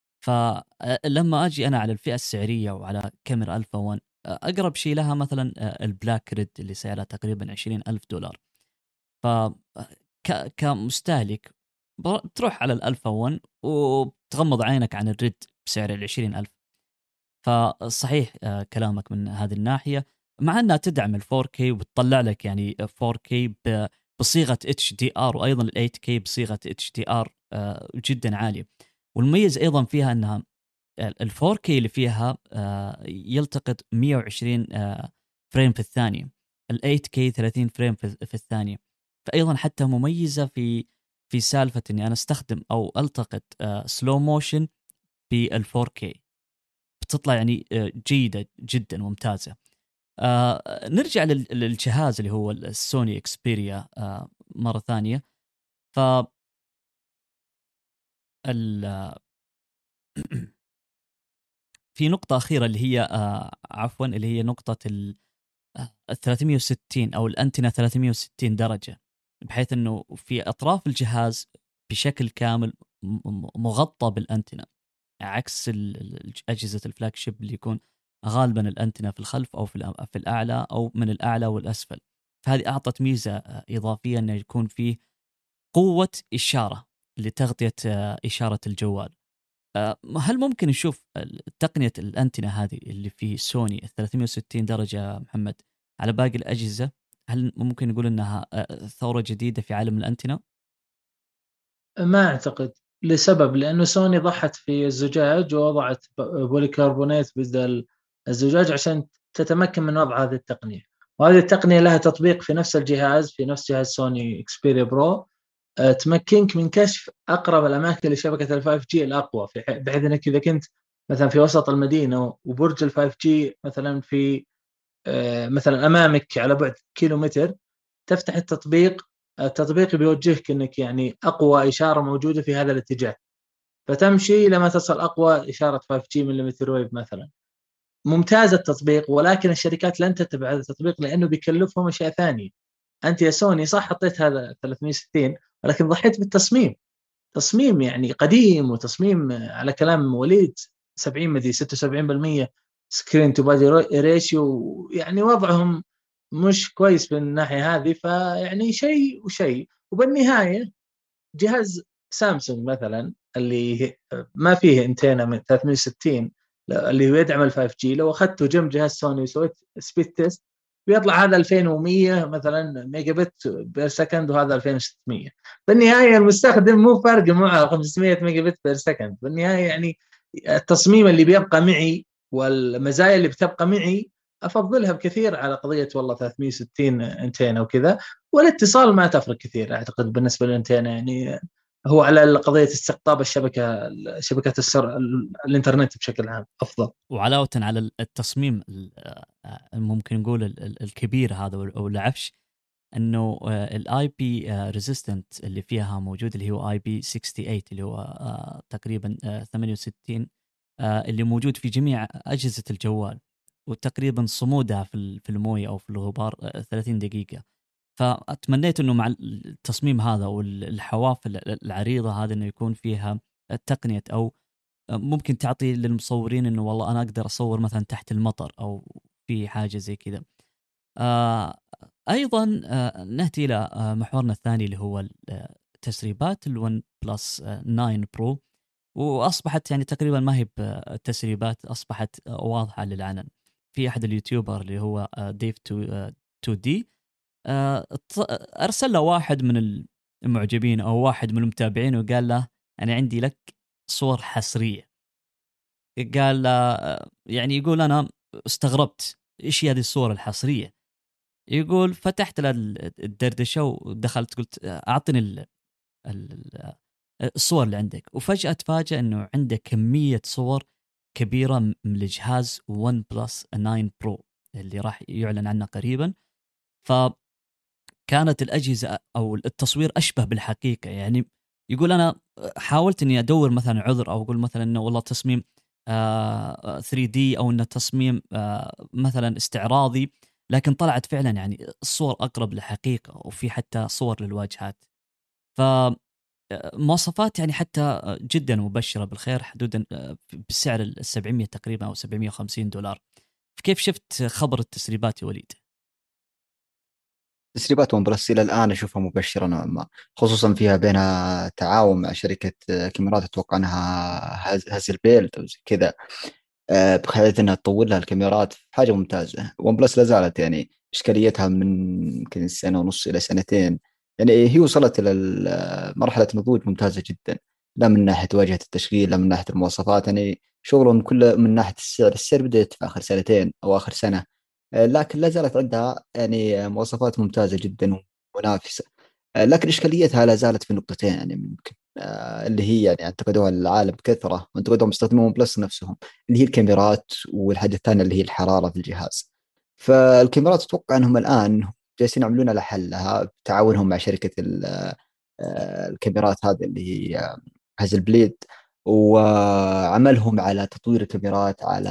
فلما اجي انا على الفئة السعرية وعلى كاميرا ألفا وان، آه، اقرب شيء لها مثلا آه، البلاك ريد اللي سعرها تقريبا عشرين ألف دولار. ف ك- كمستهلك بر- بتروح على الألفا وان وبتغمض عينك عن الريد بسعر العشرين ألف. فصحيح آه، كلامك من هذه الناحية، مع أنها تدعم ال فور كي وبتطلع لك يعني فور كي ب- بصيغة اتش دي ار، وأيضا ال ايت كي بصيغة اتش دي ار آه، جدا عالية. والمميز أيضا فيها أنها ال فور كي اللي فيها آه، يلتقط مئة وعشرين آه، فريم في الثانية، ال ايت كي ثلاثين فريم في في الثانية. فأيضا حتى مميزة في في سالفة أني أنا استخدم أو ألتقط سلو موشن بال فور كي، بتطلع يعني آه، جيدة جدا ممتازة. آه، نرجع لل- للجهاز اللي هو السوني اكسبيريا آه، مرة ثانية. ف ال- في نقطة أخيرة اللي هي آه، عفوا اللي هي نقطة ال ال ثلاثمائة وستين أو الأنتنة ثلاثمائة وستين درجة، بحيث أنه في أطراف الجهاز بشكل كامل م- م- مغطى بالأنتنة، عكس ال- ال- أجهزة الفلاج شيب اللي يكون غالبا الأنتنة في الخلف أو في الأ- في الأعلى أو من الأعلى والأسفل. فهذه أعطت ميزة آه، إضافية أنه يكون فيه قوة إشارة لتغطية آه، إشارة الجوال. آه، هل ممكن نشوف تقنية الأنتنة هذه اللي في سوني ثلاثمائة وستين درجة محمد على باقي الأجهزة؟ هل ممكن نقول أنها آه، ثورة جديدة في عالم الأنتنة؟ ما اعتقد، لسبب لانه سوني ضحت في الزجاج ووضعت ب- بوليكربونات بدل الزجاج عشان تتمكن من وضع هذه التقنيه. وهذه التقنيه لها تطبيق في نفس الجهاز، في نفس جهاز سوني اكسبيريا برو، آه، تمكنك من كشف اقرب الاماكن لشبكه ال فايف جي الاقوى، في ح- بحيث انك اذا كنت مثلا في وسط المدينه وبرج ال فايف جي مثلا في آه، مثلا امامك على بعد كيلومتر، تفتح التطبيق، التطبيق بيوجهك انك يعني اقوى اشاره موجوده في هذا الاتجاه، فتمشي لما تصل اقوى اشاره فايف جي مليمتر ويف مثلا. ممتاز التطبيق، ولكن الشركات لن تتبع هذا التطبيق لانه بيكلفهم اشياء ثانيه. انت يا سوني صح حطيت هذا ثلاثمائة وستين، ولكن ضحيت بالتصميم. تصميم يعني قديم، وتصميم على كلام وليد سبعين مدري ستة وسبعين بالمئة سكرين تو بادي ريشيو، يعني وضعهم مش كويس من الناحيه هذه. فيعني شيء وشيء، وبالنهايه جهاز سامسونج مثلا اللي ما فيه انتينا من ثلاثمائة وستين اللي هو يدعم ال فايف جي، لو اخذته جنب جهاز سوني وسويت سبيد تيست بيطلع هذا ألفين ومئة مثلا ميجا بت بير سكند وهذا ألفين وستمئة. بالنهايه المستخدم مو فارق معه خمسمئة ميجا بت بير سكند. بالنهايه يعني التصميم اللي بيبقى معي والمزايا اللي بتبقى معي افضلها بكثير على قضيه والله ثلاثمائة وستين انتينا وكذا. والاتصال ما تفرق كثير اعتقد بالنسبه للانتينا، يعني هو على قضيه استقطاب الشبكه، شبكه السر الانترنت بشكل عام افضل. وعلاوة على التصميم ال- آه، ممكن نقول ال- ال- الكبير هذا أو العفش، انه الاي بي ريزيستنت اللي فيها موجود اللي هو اي بي ثمانية وستين اللي هو آه، تقريبا آه، ثمانية وستين آه، اللي موجود في جميع اجهزه الجوال، وتقريبا صمودها في ال- في المويه او في الغبار آه، ثلاثين دقيقه. فاتمنيت انه مع التصميم هذا والحواف العريضه هذه انه يكون فيها تقنيه، او آه، ممكن تعطي للمصورين انه والله انا اقدر اصور مثلا تحت المطر او في حاجه زي كذا. آه ايضا آه ناتي الى آه محورنا الثاني اللي هو التسريبات الون بلس تسعة برو، واصبحت يعني تقريبا ما هي التسريبات، اصبحت واضحه للعلن. في احد اليوتيوبر اللي هو ديف تو دي ارسل له واحد من المعجبين او واحد من المتابعين وقال له انا عندي لك صور حصريه. قال له يعني يقول انا استغربت ايش هذه الصور الحصريه. يقول فتحت له الدردشه ودخلت قلت اعطني ال ال الصور اللي عندك، وفجأة تفاجأ أنه عنده كمية صور كبيرة من الجهاز ون بلس تسعة برو اللي راح يعلن عنه قريبا. فكانت الأجهزة أو التصوير أشبه بالحقيقة. يعني يقول أنا حاولت أني أدور مثلا عذر أو أقول مثلا أنه والله تصميم آه ثري دي أو أنه تصميم آه مثلا استعراضي، لكن طلعت فعلا يعني الصور أقرب للحقيقة، وفي حتى صور للواجهات. ف مواصفات يعني حتى جدا مبشرة بالخير، حدودا بالسعر السبعمية تقريبا أو سبعمية وخمسين دولار. كيف شفت خبر التسريبات يا وليد؟ تسريبات ون بلس إلى الآن أشوفها مبشرة نوعا ما، خصوصا فيها بينها تعاون مع شركة كاميرات أتوقع أنها هازل بيلد أو زي كذا، بحيث أنها تطور لها الكاميرات. حاجة ممتازة. ون بلس لا زالت يعني إشكاليتها من يمكن سنة ونص إلى سنتين، يعني هي وصلت إلى مرحلة نضوج ممتازة جدا، لا من ناحية واجهة التشغيل لا من ناحية المواصفات. يعني شغلهم كله من ناحية السعر، السعر بدأ يدفع آخر سنتين أو آخر سنة، لكن لا زالت عندها يعني مواصفات ممتازة جدا ومنافسة. لكن إشكاليتها لا زالت في نقطتين، يعني ممكن آه، اللي هي يعني انتقدوها العالم بكثرة وانتقدوها مستخدمون بلس نفسهم، اللي هي الكاميرات، والحاجة الثانية اللي هي الحرارة في الجهاز. فالكاميرات أتوقع أنهم الآن جالسين يعملون لها حلها بتعاونهم مع شركة ال- آه، الكاميرات هذه اللي هي هازل بليد، وعملهم على تطوير الكاميرات، على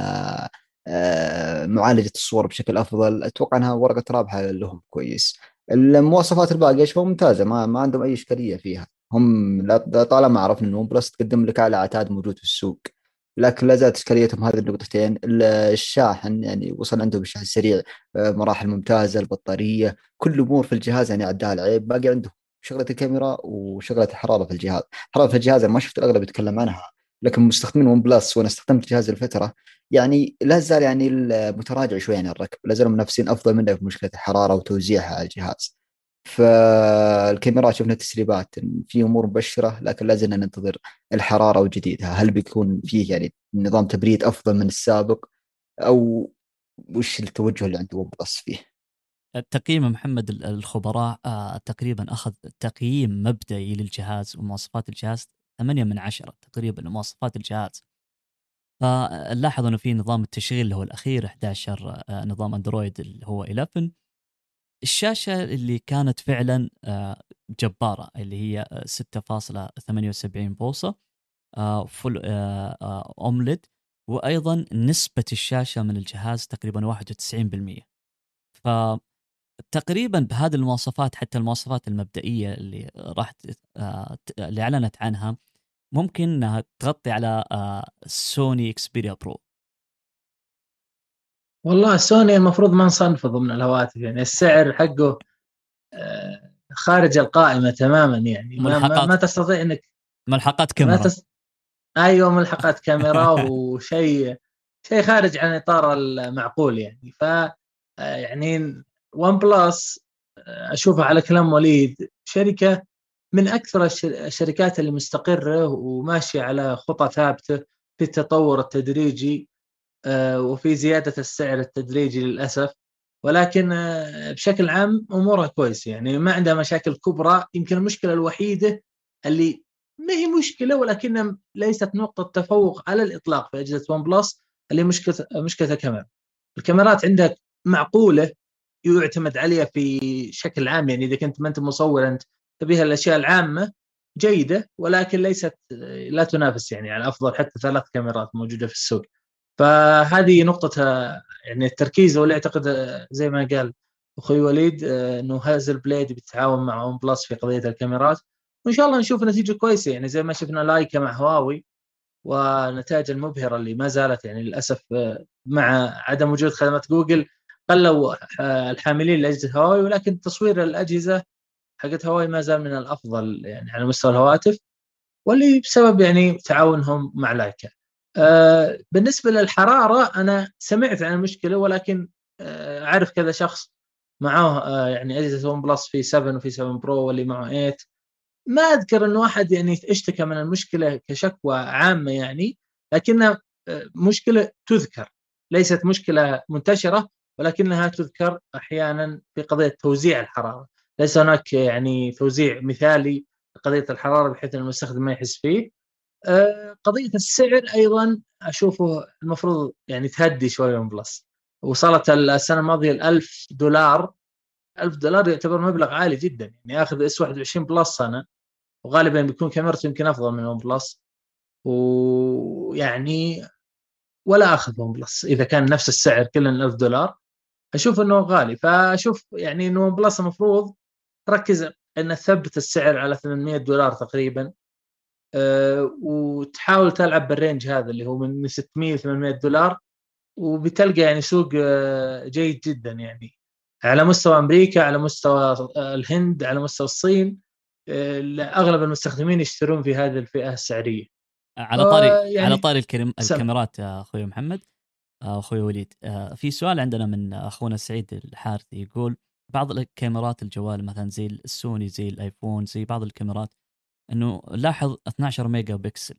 آه، معالجة الصور بشكل أفضل. أتوقع أنها ورقة رابحة لهم كويس. المواصفات الباقية أشوفها ممتازة، ما ما عندهم أي إشكالية فيها. هم لا- طالما عرفنا أن ون بلس تقدم لك أعلى عتاد موجود في السوق، لكن لا زالت إشكاليتهم هذه النقطتين. الشاحن يعني وصل عندهم الشحن السريع، آه، مراحل ممتازة، البطارية، كل أمور في الجهاز يعني عدها العيب. باقي عندهم شغلة الكاميرا وشغلة الحرارة في الجهاز. حرارة في الجهاز أنا ما شفت الأغلب يتكلم عنها، لكن مستخدمين ون بلس وأنا استخدمت الجهاز الفترة يعني لا زال يعني المتراجع شوي عن الركب، لا زالوا منافسين أفضل منه في مشكلة الحرارة وتوزيعها على الجهاز. فالكاميرات شفنا تسريبات في امور مبشره، لكن لازلنا ننتظر الحراره وجديدها. هل بيكون فيه يعني نظام تبريد افضل من السابق، او وش التوجه اللي عند ون بلس فيه؟ التقييم محمد الخبراء آه تقريبا أخذ تقييم مبدئي للجهاز ومواصفات الجهاز ثمانية من عشرة تقريبا مواصفات الجهاز. فنلاحظ أنه في نظام التشغيل اللي هو الأخير إحدى عشر آه نظام أندرويد اللي هو إحدى عشر. الشاشة اللي كانت فعلا آه جبارة اللي هي ستة فاصلة ثمانية وسبعين بوصة آه فل آه آه أومليد، وأيضا نسبة الشاشة من الجهاز تقريبا واحد وتسعين بالمئة. ف تقريبا بهذه المواصفات، حتى المواصفات المبدئية اللي راح اللي أعلنت عنها ممكن أنها تغطي على سوني إكسبيريا برو. والله سوني المفروض ما نصنفه ضمن الهواتف، يعني السعر حقه خارج القائمة تماما، يعني ما, ما, ملحقات ما تستطيع انك ملحقات ما كاميرا. تست... ايوه ملحقات كاميرا وشيء شيء خارج عن اطار المعقول يعني. ف يعني ون بلس اشوفها على كلام وليد شركة من اكثر الشركات اللي مستقرة وماشية على خطى ثابتة في التطور التدريجي وفي زيادة السعر التدريجي للأسف، ولكن بشكل عام أمورها كويس، يعني ما عندها مشاكل كبرى. يمكن المشكلة الوحيدة اللي ما هي مشكلة ولكنها ليست نقطة تفوق على الإطلاق في أجهزة ون بلس، اللي مشكلة مشكلة الكاميرا. الكاميرات عندك معقولة يعتمد عليها في شكل عام، يعني إذا كنت ما أنت مصور أنت تبيها الأشياء العامة جيدة، ولكن ليست لا تنافس يعني على أفضل حتى ثلاث كاميرات موجودة في السوق. فهذه نقطتها يعني التركيز، واللي اعتقد زي ما قال اخوي وليد انه هازل بليد بيتعاون مع ون بلس في قضيه الكاميرات، وان شاء الله نشوف نتيجه كويسه، يعني زي ما شفنا لايكا مع هواوي والنتائج المبهره اللي ما زالت يعني للاسف مع عدم وجود خدمات جوجل قلوا الحاملين لأجهزة هواوي، ولكن تصوير الأجهزة حقت هواوي ما زال من الأفضل يعني على مستوى الهواتف، واللي بسبب يعني تعاونهم مع لايكا. آه بالنسبة للحرارة أنا سمعت عن المشكلة، ولكن آه أعرف كذا شخص معه آه يعني أجهزة ون بلس في سبعة وفي سبعة برو واللي معه ثمانية. ما أذكر أنه واحد يعني اشتكى من المشكلة كشكوى عامة يعني، لكنها آه مشكلة تذكر، ليست مشكلة منتشرة، ولكنها تذكر أحيانا في قضية توزيع الحرارة. ليس هناك يعني توزيع مثالي قضية الحرارة بحيث أن المستخدم ما يحس فيه. أه قضية السعر أيضا أشوفه المفروض يعني تهدي شوية ون بلس. وصلت السنة الماضية الألف دولار. ألف دولار يعتبر مبلغ عالي جدا، يعني أخذ اس واحد وعشرين بلس أنا، وغالبا بيكون كاميرته يمكن أفضل من ون بلس، ويعني ولا أخذ ون بلس إذا كان نفس السعر كل ألف دولار. أشوف أنه غالي، فأشوف يعني أنه ون بلس المفروض تركز أن تثبت السعر على ثمانمائة دولار تقريبا، أه وتحاول تلعب بالرينج هذا اللي هو من ستمائة ثمانمائة دولار، وبتلقى يعني سوق أه جيد جدا يعني على مستوى أمريكا، على مستوى الهند، على مستوى الصين. أه أغلب المستخدمين يشترون في هذه الفئة السعرية. على طاري أه على يعني طاري الكريم سم. الكاميرات اخوي محمد، اخوي وليد، في سؤال عندنا من اخونا سعيد الحارثي يقول بعض الكاميرات الجوال مثلا زي السوني زي الايفون زي بعض الكاميرات انه لاحظ اثنا عشر ميجا بكسل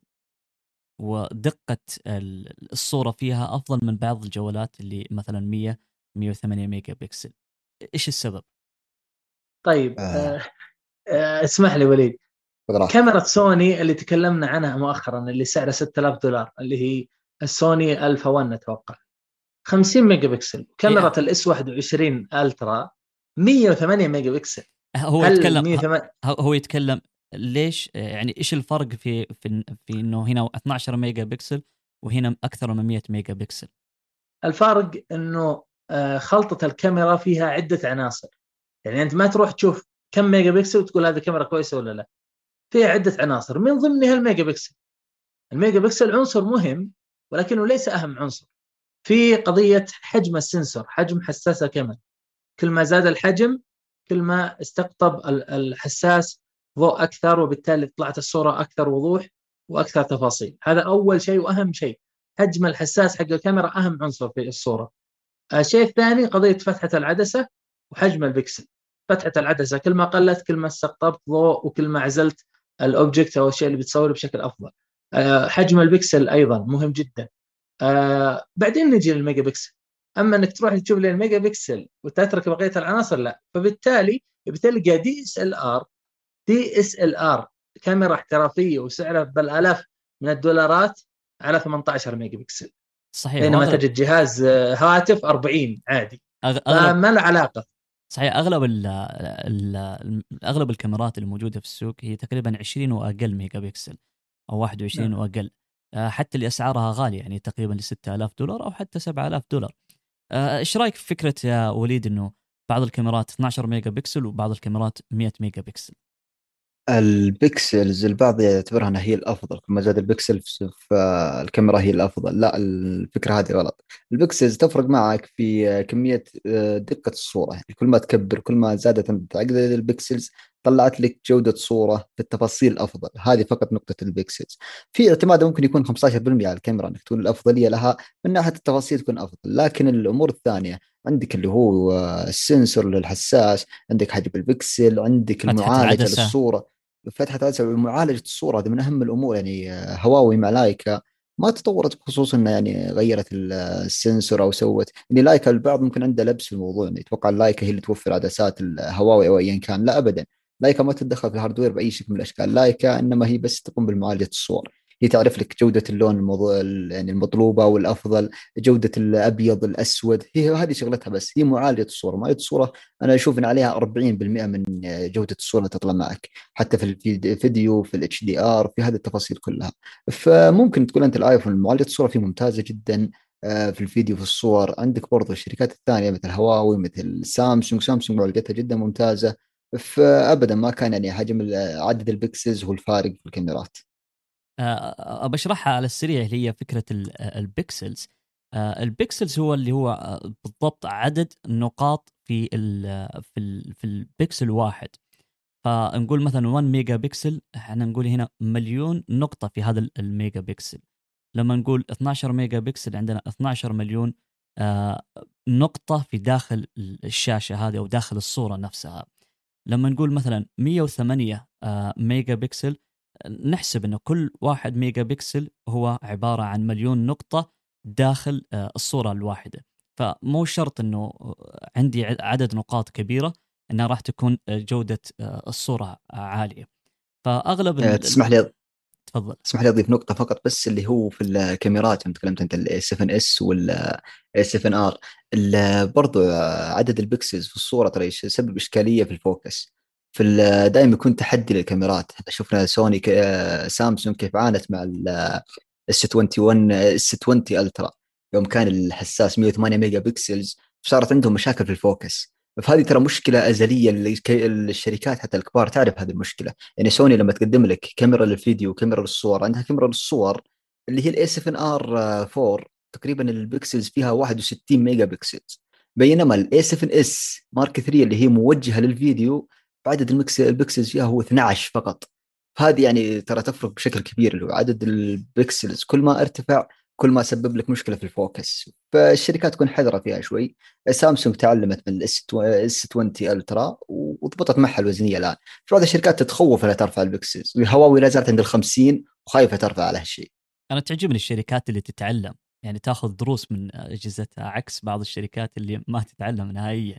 ودقة الصورة فيها افضل من بعض الجوالات اللي مثلا مية مية وثمانية ميجا بكسل. ايش السبب؟ طيب آه. أه أه اسمح لي وليد، راحت. كاميرا سوني اللي تكلمنا عنها مؤخرا اللي سعرها ستة آلاف دولار اللي هي السوني ألفا واحد أتوقع، خمسين ميجا بكسل. كاميرا إيه، الاس واحد وعشرين الترا مية وثمانية ميجا بكسل. هو هل يتكلم مية وثمانية هو يتكلم ليش يعني ايش الفرق في في في انه هنا اثنا عشر ميجا بكسل وهنا اكثر من مية ميجا بكسل؟ الفارق انه آه، خلطة الكاميرا فيها عدة عناصر. يعني انت ما تروح تشوف كم ميجا بكسل وتقول هذه كاميرا كويسة ولا لا، فيها عدة عناصر من ضمنها الميجا بكسل. الميجا بكسل عنصر مهم، ولكنه ليس اهم عنصر. في قضية حجم السنسور، حجم حساس الكاميرا، كل ما زاد الحجم كل ما استقطب الحساس ضوء أكثر، وبالتالي طلعت الصورة أكثر وضوح وأكثر تفاصيل. هذا أول شيء وأهم شيء، حجم الحساس حق الكاميرا أهم عنصر في الصورة. الشيء الثاني قضية فتحة العدسة وحجم البكسل. فتحة العدسة كل ما قلت كل ما استقطبت ضوء وكل ما عزلت الأوبجكت أو الشيء اللي بتصوره بشكل أفضل. حجم البكسل أيضا مهم جدا. آه بعدين نجي للميجا بكسل. اما انك تروح تشوف لي الميجا بكسل وتترك بقيه العناصر لا، فبالتالي بتلقى دي اس ال ار دي اس ال ار كاميرا احترافيه وسعرها بالالاف من الدولارات على ثمانية عشر ميجا بكسل، صحيح. بينما واغلب تجد جهاز هاتف أربعين عادي. أغ- اغلب فما له علاقه. صحيح اغلب ال ال اغلب الكاميرات الموجوده في السوق هي تقريبا عشرين واقل ميجا بكسل او واحد وعشرين نعم. واقل. آه، حتى اللي اسعارها غاليه يعني تقريبا ل ستة آلاف دولار او حتى سبعة آلاف دولار. آه، ايش رايك في فكره يا وليد انه بعض الكاميرات اثنا عشر ميجا بكسل وبعض الكاميرات مية ميجا بكسل؟ البكسلز البعض يعتبرها انها هي الافضل، كل ما زاد البكسل فالكاميرا هي الافضل. لا، الفكره هذه غلط. البكسلز تفرق معك في كميه آه، دقه الصوره، يعني كل ما تكبر كل ما زادت عدد البكسلز طلعت لك جوده صوره في التفاصيل افضل. هذه فقط نقطه البكسلز. في اعتماد ممكن يكون خمسة عشر بالمئة على الكاميرا انك تقول الافضليه لها من ناحيه التفاصيل تكون افضل، لكن الامور الثانيه عندك اللي هو آه، السنسور للحساس، عندك حجم البكسل، عندك فتحه المعالجه العدسه. للصوره، فتحة عدسة ومعالجة الصورة. هذه من أهم الأمور. يعني آه، هواوي مع لايكا ما تطورت بخصوص أنها يعني غيرت ال- السنسور أو سوت يعني. لايكا البعض ممكن عنده لبس في الموضوع، يعني يتوقع اللايكا هي اللي توفر عدسات الهواوي أو أيا كان. لا أبدا، لايكا ما تتدخل في الهاردوير بأي شكل من الأشكال. لايكا إنما هي بس تقوم بالمعالجة الصور. هي تعرف لك جودة اللون الموضوع يعني المطلوبة والأفضل، جودة الأبيض الأسود، هي هذه شغلتها بس. هي معالجة الصورة. معالجة الصورة أنا أشوف إن عليها أربعين بالمئة من جودة الصورة اللي تطلع معك، حتى في الفيديو في الاتش دي ار في هذه التفاصيل كلها. فممكن تقول انت الايفون معالجة الصورة فيه ممتازة جدا آه، في الفيديو في الصور. عندك برضو الشركات الثانية مثل هواوي مثل سامسونج. سامسونج معالجتها جدا ممتازة. فابدا ما كان يعني حجم ال- عدد البكسلز هو الفارق في الكاميرات. آه، بشرحها على السريع اللي هي فكره ال- البكسلز. آه البكسلز هو اللي هو آه بالضبط عدد النقاط في ال في ال في البكسل واحد. فنقول مثلا واحد ميجا بكسل، احنا نقول هنا مليون نقطة في هذا الميجا بكسل. لما نقول اثنا عشر ميجا بكسل عندنا اثنا عشر مليون آه نقطة في داخل الشاشة هذه أو داخل الصورة نفسها. لما نقول مثلا مية وثمانية آه ميجا بكسل، نحسب أنه كل واحد ميجا بكسل هو عبارة عن مليون نقطة داخل آه الصورة الواحدة. فمو شرط أنه عندي عدد نقاط كبيرة أنها راح تكون جودة آه الصورة عالية. فأغلب آه، ال... تسمح لي تفضل. تسمح لي اضيف نقطه فقط، بس اللي هو في الكاميرات، يوم تكلمت انت ال سفن اس وال سفن ار، برضو عدد البكسلز في الصوره ترى يسبب اشكاليه في الفوكس. في دائما يكون تحدي للكاميرات. شفنا سوني ك... سامسونج كيف عانت مع اس واحد وعشرين اس عشرين الترا، يوم كان الحساس مية وثمانية ميجا بكسلز صارت عندهم مشاكل في الفوكس. فهذه ترى مشكله ازليه للشركات حتى الكبار تعرف هذه المشكله. يعني سوني لما تقدم لك كاميرا للفيديو وكاميرا للصور، عندها كاميرا للصور اللي هي الاي سفن ار أربعة، تقريبا البكسلز فيها واحد وستين ميجا بكسلز، بينما الاي سفن اس مارك ثلاثة اللي هي موجهه للفيديو بعدد البكسلز فيها هو اثنا عشر فقط. هذه يعني ترى تفرق بشكل كبير. اللي هو عدد البكسلز كل ما ارتفع كل ما سبب لك مشكله في الفوكس، فالشركات تكون حذره فيها شوي. سامسونج تعلمت من الاس عشرين الترا وضبطت معها الوزنيه الان. في بعض الشركات تتخوف لا ترفع البكسلز، وهواوي لا زالت عند الخمسين وخايفه ترفع على هالشيء. أنا تعجبني الشركات اللي تتعلم، يعني تاخذ دروس من أجهزتها، عكس بعض الشركات اللي ما تتعلم نهائيا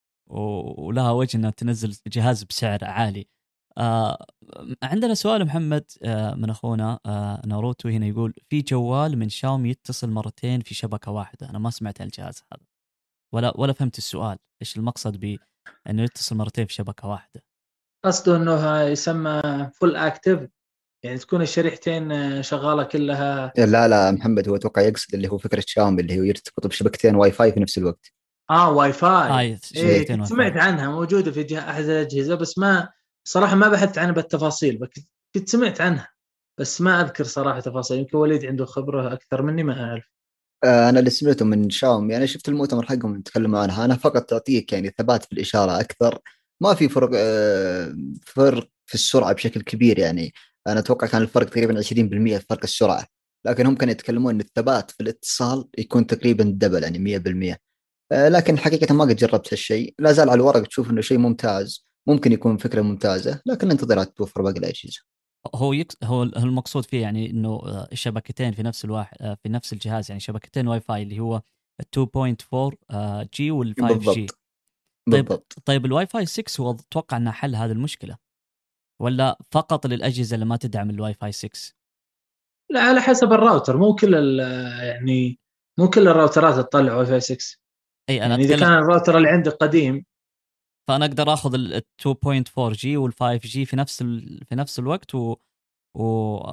ولها وجه أنها تنزل جهاز بسعر عالي. آه عندنا سؤال محمد آه من أخونا آه ناروتو هنا، يقول في جوال من شاومي يتصل مرتين في شبكة واحدة. أنا ما سمعت عن الجهاز هذا ولا ولا فهمت السؤال، إيش المقصد بأنه يتصل مرتين في شبكة واحدة؟ قصده أنه يسمى فول أكتيف، يعني تكون الشريحتين شغالة كلها. لا لا محمد، هو اتوقع يقصد اللي هو فكره شاومي اللي هو يرتبط بشبكتين واي فاي في نفس الوقت. اه واي فاي. آه إيه شبكتين كنت واي سمعت فاي. عنها، موجودة في جه... أحد الأجهزة، بس ما صراحة ما بحثت عنها بالتفاصيل. بس كنت سمعت عنها بس ما أذكر صراحة تفاصيل. يمكن وليد عنده خبرة أكثر مني، ما أعرف. آه، انا اللي سمعته من شاومي، انا شفت المؤتمر حقهم يتكلموا عنها، انا فقط تعطيك يعني ثبات في الاشاره اكثر. ما في فرق آه، فرق في السرعه بشكل كبير يعني. انا اتوقع كان الفرق تقريبا عشرين بالمئة في فرق السرعه، لكن هم كانوا يتكلمون ان الثبات في الاتصال يكون تقريبا دبل يعني مئة بالمئة. آه، لكن حقيقه ما قد جربت هالشيء، لا زال على الورق تشوف انه شيء ممتاز، ممكن يكون فكره ممتازه، لكن انتظرها توفر باقي الاجهزه. هو يكس هو المقصود فيه يعني انه الشبكتين في نفس الواحد في نفس الجهاز، يعني شبكتين واي فاي اللي هو اثنين فاصلة أربعة جي وال خمسة جي. بالضبط طيب بالضبط. طيب الواي فاي ستة هو اتوقع انه حل هذه المشكله، ولا فقط للاجهزه اللي ما تدعم الواي فاي ستة؟ لا، على حسب الراوتر. مو كل يعني مو كل الراوترات تطلع واي فاي ستة. اي انا يعني إذا اتكلم. كان الراوتر اللي عندك قديم، فانا اقدر اخذ ال اثنين فاصلة أربعة جي وال خمسة جي في نفس ال... في نفس الوقت و و,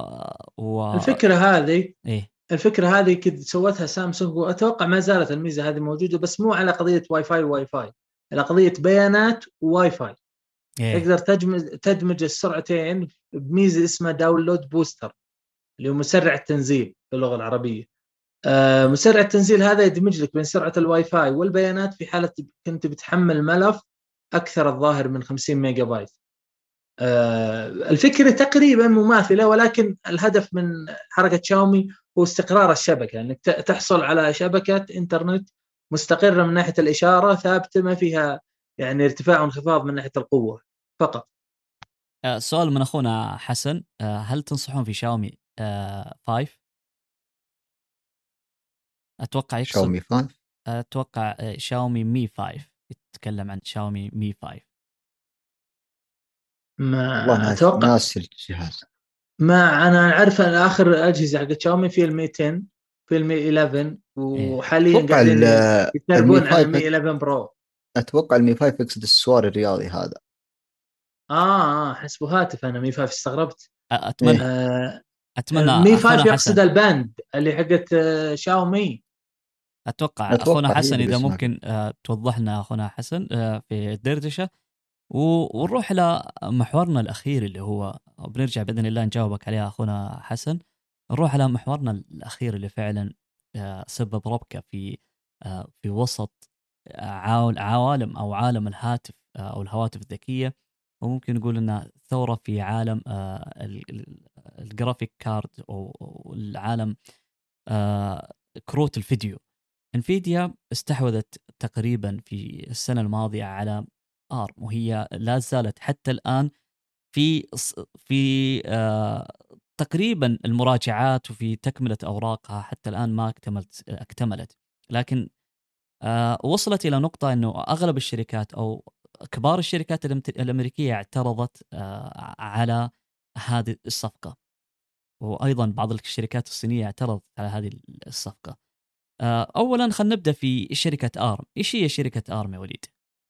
و... الفكرة هذه ايه الفكرة هذه كد سوتها سامسونج، وأتوقع ما زالت الميزة هذه موجودة، بس مو على قضية واي فاي واي فاي، على قضية بيانات وواي فاي. ايه تقدر تدمج تدمج السرعتين بميزة اسمها داونلود بوستر، اللي هو مسرع التنزيل باللغة العربية. آه مسرع التنزيل هذا يدمج لك بين سرعة الواي فاي والبيانات في حالة كنت بتحمل ملف أكثر الظاهر من خمسين ميجا بايت. آه الفكرة تقريبا مماثلة، ولكن الهدف من حركة شاومي هو استقرار الشبكة، انك يعني تحصل على شبكة انترنت مستقرة من ناحية الإشارة، ثابتة ما فيها يعني ارتفاع وانخفاض من ناحية القوة فقط. آه سؤال من اخونا حسن، آه هل تنصحون في شاومي آه خمسة؟ اتوقع يقصد شاومي خمسة. اتوقع آه شاومي مي خمسة، يتكلم عن شاومي مي خمسة. والله ما ناس أتوقع، ناس الجهاز. ما أنا عارف أن آخر أجهزة حق شاومي في المي عشرة، في المي إحدى عشر، إيه. وحاليا اتوقع ال- قاعدين المي يتربون على المي خمسة، إحدى عشر برو. اتوقع المي خمسة يقصد السوار الرياضي هذا. آه آه حسبه هاتف، أنا مي خمسة استغربت. اتمنى ايه آه اتمنى مي اخونا خمسة يقصد حسن. الباند اللي حقت آه شاومي. اتوقع اخونا اتوقع هي حسن اللي اذا باسمها كذا. ممكن آه توضح لنا اخونا حسن آه في الدردشه، ونروح الى محورنا الاخير اللي هو بنرجع باذن الله نجاوبك عليها اخونا حسن. نروح على محورنا الاخير اللي فعلا سبب ربكة في في وسط عوالم أو عالم الهاتف أو الهواتف الذكية، وممكن نقول أنها ثورة في عالم الجرافيك كارد أو العالم كروت الفيديو. انفيديا استحوذت تقريبا في السنة الماضية على آرم، وهي لا زالت حتى الآن في في آه تقريبا المراجعات وفي تكملة أوراقها حتى الآن ما اكتملت اكتملت لكن آه وصلت إلى نقطة أنه أغلب الشركات أو كبار الشركات الأمريكية اعترضت آه على هذه الصفقة، وأيضا بعض الشركات الصينية اعترضت على هذه الصفقة. آه أولا خلينا نبدأ في شركة آرم. إيش هي شركة آرم يا وليد؟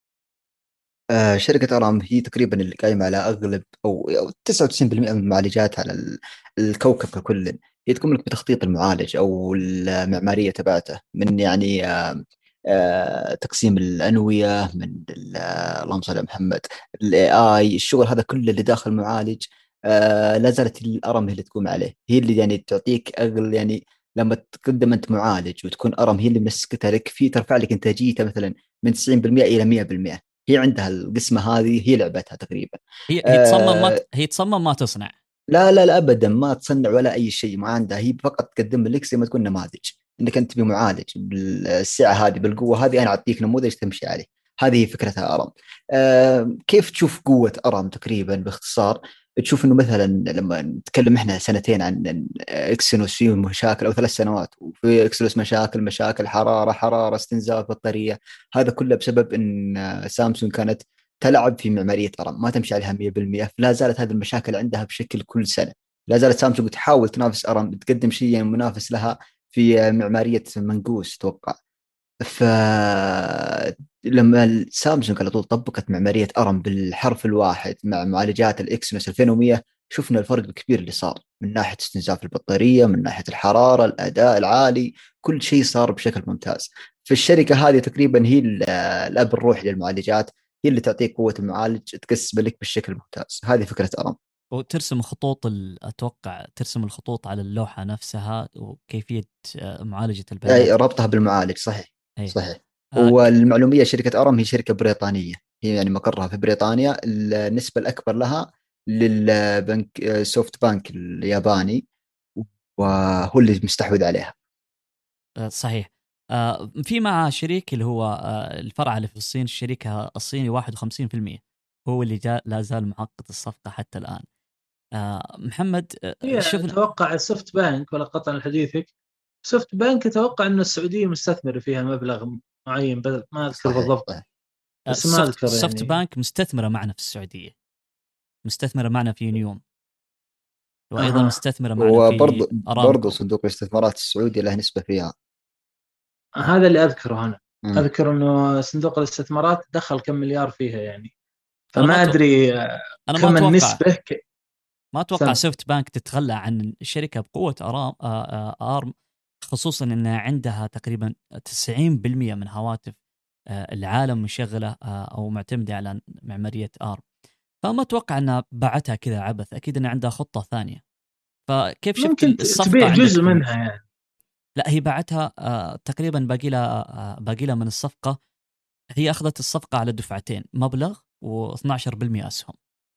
آه شركة آرام هي تقريبا اللي قايمة على أغلب أو أو تسعة وتسعين بالمئة من المعالجات على ال- الكوكب ككل. هي تقوم لك بتخطيط المعالج أو المعمارية تبعته، من يعني آه آه تقسيم الأنوية، من ال- آه اللهم صل على محمد، الاي اي، الشغل هذا كله اللي داخل المعالج. آه لا زالت الأرم هي اللي تقوم عليه، هي اللي يعني تعطيك أغل يعني لما تقدم أنت معالج وتكون أرم هي اللي مسكتها لك، في ترفع لك إنتاجيته مثلا من تسعين بالمئة إلى مئة بالمئة. هي عندها القسمة هذه، هي لعبتها تقريبا. هي هي تصمم ما آه ت... هي تصمم ما تصنع. لا لا لا أبدا، ما تصنع ولا أي شيء، ما عندها. هي فقط تقدم لك زي ما تكون نماذج، إنك أنت تبي معالج بالسعة هذه بالقوة هذه، أنا أعطيك نموذج تمشي عليه. هذه هي فكرتها أرم. آه كيف تشوف قوة أرم تقريبا باختصار؟ تشوف انه مثلا لما نتكلم احنا سنتين عن اكسينوس فيه مشاكل، او ثلاث سنوات وفي اكسينوس مشاكل مشاكل حراره حراره استنزاف بطاريه، هذا كله بسبب ان سامسونج كانت تلعب في معماريه ارم، ما تمشي عليها مئة بالمئة. فلا زالت هذه المشاكل عندها بشكل كل سنه. لا زالت سامسونج تحاول تنافس ارم، تقدم شيء منافس لها في معماريه منقوس اتوقع. فلما سامسونج على طول طبقت معمارية أرم بالحرف الواحد مع معالجات الإكسينوس ألفين ومئة، شفنا الفرق الكبير اللي صار من ناحية استنزاف البطارية، من ناحية الحرارة، الأداء العالي، كل شيء صار بشكل ممتاز. في الشركة هذه تقريبا هي الأب الروحي للمعالجات، هي اللي تعطيك قوة المعالج، تكسب لك بالشكل الممتاز. هذه فكرة أرم. وترسم خطوط ال... أتوقع ترسم الخطوط على اللوحة نفسها وكيفية معالجة البيانات. أي ربطها بالمعالج، صحيح. أي. صحيح. آه والمعلومية شركة أرم هي شركة بريطانية، هي يعني مقرها في بريطانيا. النسبة الأكبر لها للبنك سوفت بانك الياباني، وهو اللي مستحوذ عليها. صحيح. آه في مع شريك اللي هو آه الفرع اللي في الصين، الشركة الصيني واحد وخمسين بالمئة هو اللي جاء لا زال معقد الصفقة حتى الآن. آه محمد آه هي شفنا. اتوقع سوفت بانك، ولا قطعا لحديثك، سوفت بانك اتوقع ان السعوديه مستثمره فيها مبلغ معين، بس ما اذكر صحيح. بالضبط. صحيح. بس ما السوفت اذكر السوفت يعني. بانك مستثمرة معنا في السعودية، مستثمرة معنا في نيوم، وأيضا اها. مستثمرة معنا في وبرضه برضه أرامكو. صندوق الاستثمارات السعودي له نسبة فيها. هذا اللي اذكره انا. مم. اذكر انه صندوق الاستثمارات دخل كم مليار فيها يعني. أنا ما فما تو... ادري أنا ما كم أتوقع النسبه ك... ما أتوقع سم. سوفت بانك تتخلى عن الشركة بقوة أرام آه آه آرم، خصوصا أنها عندها تقريبا تسعين بالمئة من هواتف آه العالم مشغلة آه أو معتمدة على معمارية آرم. فما أتوقع أنها باعتها كذا عبث، أكيد أن عندها خطة ثانية. فكيف شفت ممكن الصفقة تبيع عندك جزء في منها يعني. لا هي باعتها آه تقريبا باقي لها آه باقي لها من الصفقة. هي أخذت الصفقة على دفعتين، مبلغ و12 بالمئة أسهم.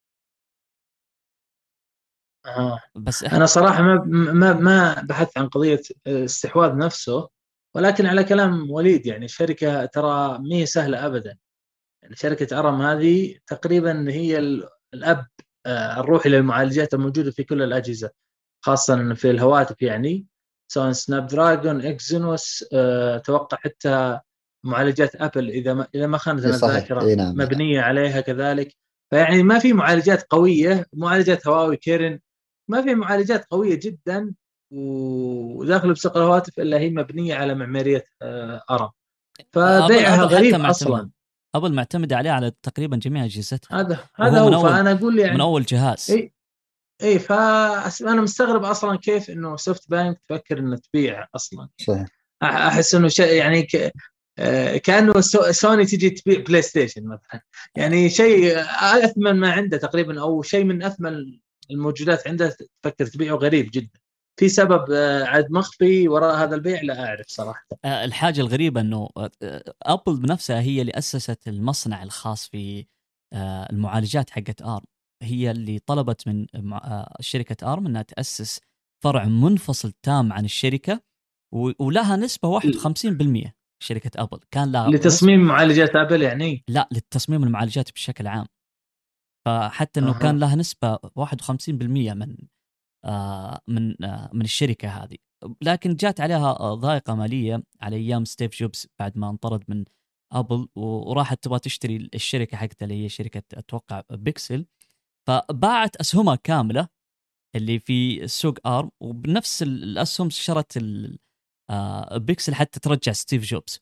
آه. بس إح... انا صراحه ما ما ما بحثت عن قضيه استحواذ نفسه، ولكن على كلام وليد يعني الشركه ترى ما هي سهله ابدا. يعني شركه ارم هذه تقريبا هي الاب الروحي للمعالجات الموجوده في كل الاجهزه، خاصه في الهواتف يعني، سواء سناب دراجون، اكزينوس، اتوقع حتى معالجات ابل اذا ما اذا ما خانتنا صحيح. الذاكره اي نعم. مبنيه عليها كذلك. فيعني ما في معالجات قويه، معالجات هواوي كيرن، ما في معالجات قويه جدا وداخل بسوق الهواتف الا هي مبنيه على معماريه ارم. ابل فبيعها ابل حتى غريب معتمد اصلا. ابل معتمده عليه على تقريبا جميع اجهزتها، هذا هذا وهو من هو. اول فانا اقول من يعني اول جهاز. اي اي فانا مستغرب اصلا كيف انه سوفت بانك تفكر انه تبيع اصلا. صحيح. احس انه شيء يعني ك... كانه سوني تجي تبيع بلاي ستيشن مثلا، يعني شيء اثمن ما عنده تقريبا، او شيء من اثمن الموجودات عنده تفكر تبيعه، غريب جدا. في سبب عاد مخفي وراء هذا البيع لا أعرف صراحة. الحاجة الغريبة أنه أبل بنفسها هي اللي أسست المصنع الخاص في المعالجات حقت آرم، هي اللي طلبت من شركة آرم أنها تأسس فرع منفصل تام عن الشركة، ولها نسبة واحد وخمسين بالمئة. شركة أبل كان لها لتصميم نسبة... معالجات أبل يعني؟ لا، للتصميم المعالجات بشكل عام. فحتى أنه أه. كان لها نسبة واحد وخمسين بالمئة من آه من آه من الشركة هذه. لكن جات عليها ضائقة مالية على أيام ستيف جوبز بعد ما انطرد من أبل، وراحت تبغى تشتري الشركة حقتها اللي هي شركة أتوقع بيكسل، فباعت أسهمها كاملة اللي في سوق آرم، وبنفس الأسهم شرت آه بيكسل حتى ترجع ستيف جوبز.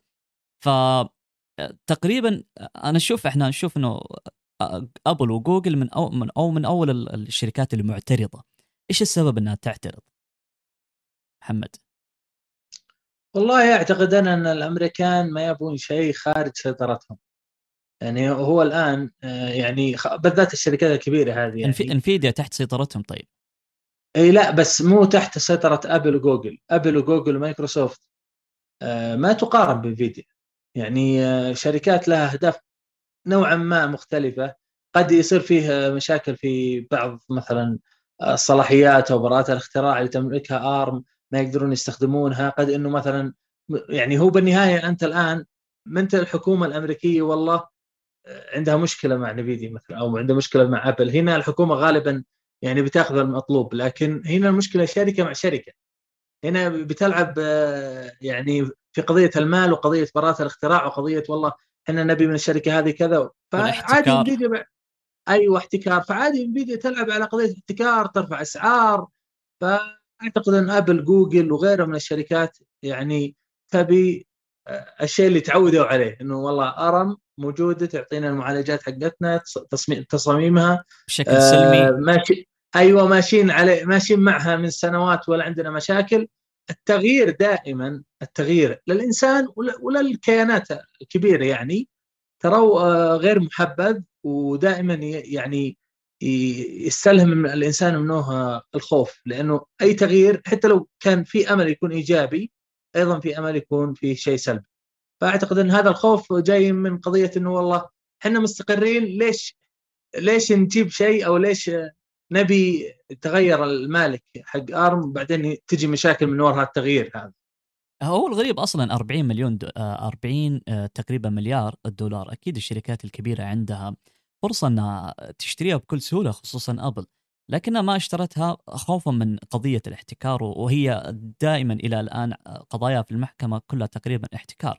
فتقريبا أنا أشوف إحنا نشوف إنه أبل وجوجل من أو من أو من أول الشركات اللي معترضة. إيش السبب إنها تعترض محمد؟ والله أعتقد أنا أن الأمريكان ما يبون شيء خارج سيطرتهم. يعني هو الآن يعني بالذات الشركات الكبيرة هذه يعني انفيديا تحت سيطرتهم. طيب اي لا، بس مو تحت سيطرة أبل وجوجل. أبل وجوجل ومايكروسوفت ما تقارن بانفيديا. يعني شركات لها أهداف نوعا ما مختلفة. قد يصير فيه مشاكل في بعض مثلا الصلاحيات أو براءات الاختراع اللي تملكها آرم ما يقدرون يستخدمونها. قد إنه مثلا يعني هو بالنهاية أنت الآن منت الحكومة الأمريكية والله عندها مشكلة مع نفيديا مثلا أو عندها مشكلة مع أبل، هنا الحكومة غالبا يعني بتاخذ المطلوب. لكن هنا المشكلة شركة مع شركة، هنا بتلعب يعني في قضية المال وقضية براءة الاختراع وقضية والله احنا نبي من الشركة هذه كذا. فعادي انفيديا ب... ايوه احتكار، فعادي انفيديا تلعب على قضية احتكار، ترفع اسعار. فاعتقد ان ابل جوجل وغيرها من الشركات يعني تبي الشيء اللي تعودوا عليه، انه والله ارم موجوده تعطينا المعالجات حقتنا تصميم تصاميمها بشكل سلمي. آه ماشي، ايوه ماشيين عليه، ماشيين معها من سنوات ولا عندنا مشاكل. التغيير دائما التغيير للإنسان وللكيانات الكبيرة يعني تروا غير محبذ، ودائما يعني يستلهم الإنسان منه الخوف، لأنه أي تغيير حتى لو كان في أمل يكون إيجابي أيضا في أمل يكون في شيء سلبي. فأعتقد أن هذا الخوف جاي من قضية أنه والله إحنا مستقرين، ليش ليش نجيب شيء أو ليش نبي تغير المالك حق آرم بعدين تجي مشاكل من وراء التغيير هذا. هو الغريب أصلا أربعين مليون دو... أربعين تقريبا مليار الدولار. أكيد الشركات الكبيرة عندها فرصة أنها تشتريها بكل سهولة، خصوصا أبل، لكنها ما اشترتها خوفا من قضية الاحتكار، وهي دائما إلى الآن قضايا في المحكمة كلها تقريبا احتكار.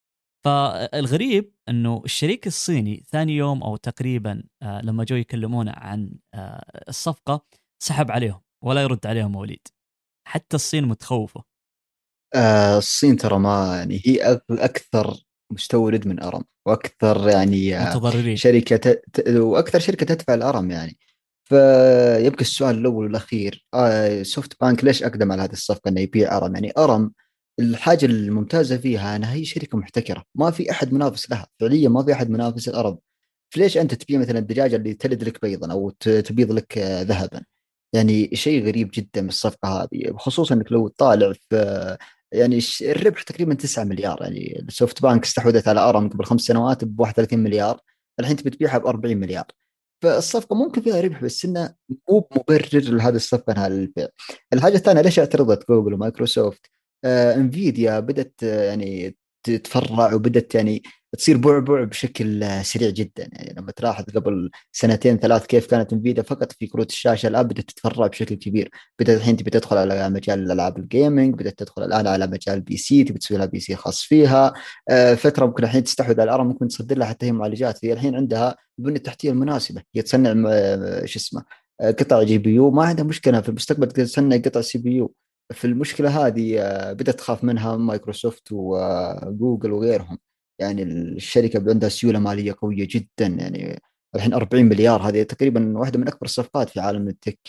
فالغريب أنه الشريك الصيني ثاني يوم أو تقريبا لما جو يكلمون عن الصفقة سحب عليهم ولا يرد عليهم وليد. حتى الصين متخوفة. آه الصين ترى ما يعني هي أكثر مستورد من أرم، وأكثر يعني متضررين شركة ت... وأكثر شركة تدفع الأرم يعني. فيبقى السؤال الأول والأخير، آه سوفت بانك ليش أقدم على هذه الصفقة إنه يبيع أرم؟ يعني أرم الحاجة الممتازة فيها أنها هي شركة محتكرة، ما في أحد منافس لها فعليا، ما في أحد منافس الأرم. فليش أنت تبيع مثلا الدجاجة اللي تلد لك بيضا أو تبيض لك ذهبا؟ يعني شيء غريب جدا من الصفقة هذه، خصوصا أنك لو تطالع في يعني الربح تقريبا تسعة مليار. يعني سوفت بانك استحوذت على أرم قبل خمس سنوات ب واحد وثلاثين مليار، الحين تبي تبيعها ب أربعين مليار. فالصفقة ممكن فيها ربح بس إنه مو مبرر لهذه الصفقة انها للبيع. الحاجة الثانية، ليش اعترضت جوجل ومايكروسوفت؟ آه انفيديا بدأت آه يعني تتفرع وبدأت يعني تصير بعبع بشكل سريع جدا. يعني لما تلاحظ قبل سنتين ثلاث كيف كانت انفيديا فقط في كروت الشاشة، الآن بدأت تتفرع بشكل كبير. بدأت الحين تبي تدخل على مجال الألعاب الجيمنج، بدأت تدخل الآن على مجال البي سي، تبي تسوي لها بي سي خاص فيها. آه فترة ممكن الحين تستحوذ على الأرم، ممكن تصدر لها حتى هي معالجات. هي الحين عندها البنية التحتية المناسبة، هي تصنع شو اسمه قطع جي بي يو، ما عندها مشكلة في المستقبل تقدر تصنع قطع سي بي يو. في المشكلة هذه بدأت تخاف منها مايكروسوفت وجوجل وغيرهم. يعني الشركة عندها سيولة مالية قوية جدا، يعني الحين أربعين مليار، هذه تقريبا واحدة من أكبر الصفقات في عالم التك.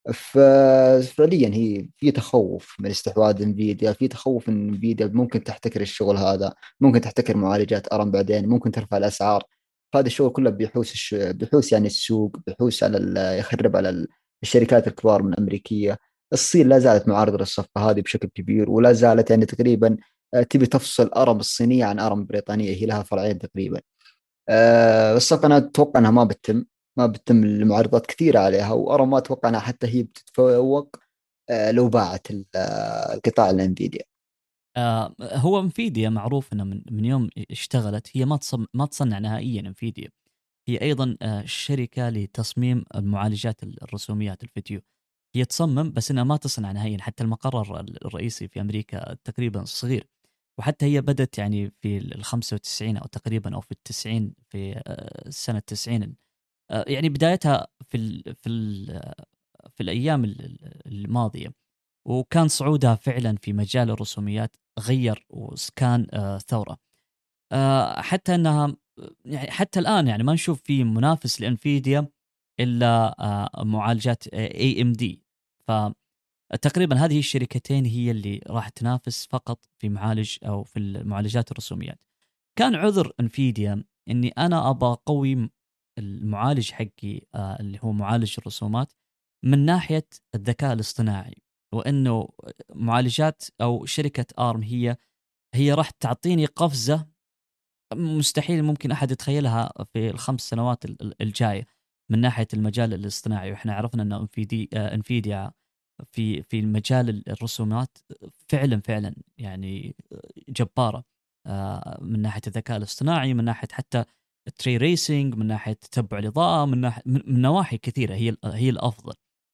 ففعليا هي في تخوف من استحواذ انفيديا، في تخوف ان انفيديا ممكن تحتكر الشغل هذا، ممكن تحتكر معالجات ارم بعدين، ممكن ترفع الاسعار. هذا الشغل كله بيحوس الش... بيحوس يعني السوق، بيحوس على ال... يخرب على الشركات الكبار من الامريكيه. الصين لا زالت معارضة للصفقة هذه بشكل كبير، ولا زالت يعني تقريبا آه، تبي تفصل أرم الصينية عن أرم البريطانية، هي لها فرعين تقريبا. آه، الصفقة أنا أتوقع أنها ما بتتم، ما بتتم المعارضات كثيرة عليها، وأرم ما أتوقع أنها حتى هي بتتفوق آه، لو باعت ال- آه، القطاع الانفيديا. آه هو انفيديا معروف انه من, من يوم اشتغلت هي ما تصم ما تصنع نهائيا. انفيديا هي ايضا آه شركه لتصميم المعالجات الرسوميات الفيديو. هي تصمم بس انها ما تصنع نهائيا. حتى المقر الرئيسي في امريكا تقريبا صغير. وحتى هي بدت يعني في ال خمسة وتسعين او تقريبا او في التسعين في آه سنه تسعين. آه يعني بدايتها في ال في ال في الايام الماضيه. وكان صعودها فعلا في مجال الرسوميات غير وكان آه ثورة. آه حتى أنها يعني حتى الآن يعني ما نشوف في منافس لإنفيديا إلا آه معالجات إيه إم دي. فتقريبا هذه الشركتين هي اللي راح تنافس فقط في معالج أو في المعالجات الرسوميات. كان عذر إنفيديا أني أنا أبغى أقوي المعالج حقي آه اللي هو معالج الرسومات من ناحية الذكاء الاصطناعي، وانه معالجات او شركه ارم هي هي راح تعطيني قفزه مستحيل ممكن احد يتخيلها في الخمس سنوات الجايه من ناحيه المجال الاصطناعي. واحنا عرفنا ان انفيدي انفيديا في في المجال الرسومات فعلا فعلا يعني جباره من ناحيه الذكاء الاصطناعي، من ناحيه حتى التري ريسينج، من ناحيه تتبع الاضاءه، من ناحيه من نواحي كثيره هي هي الافضل.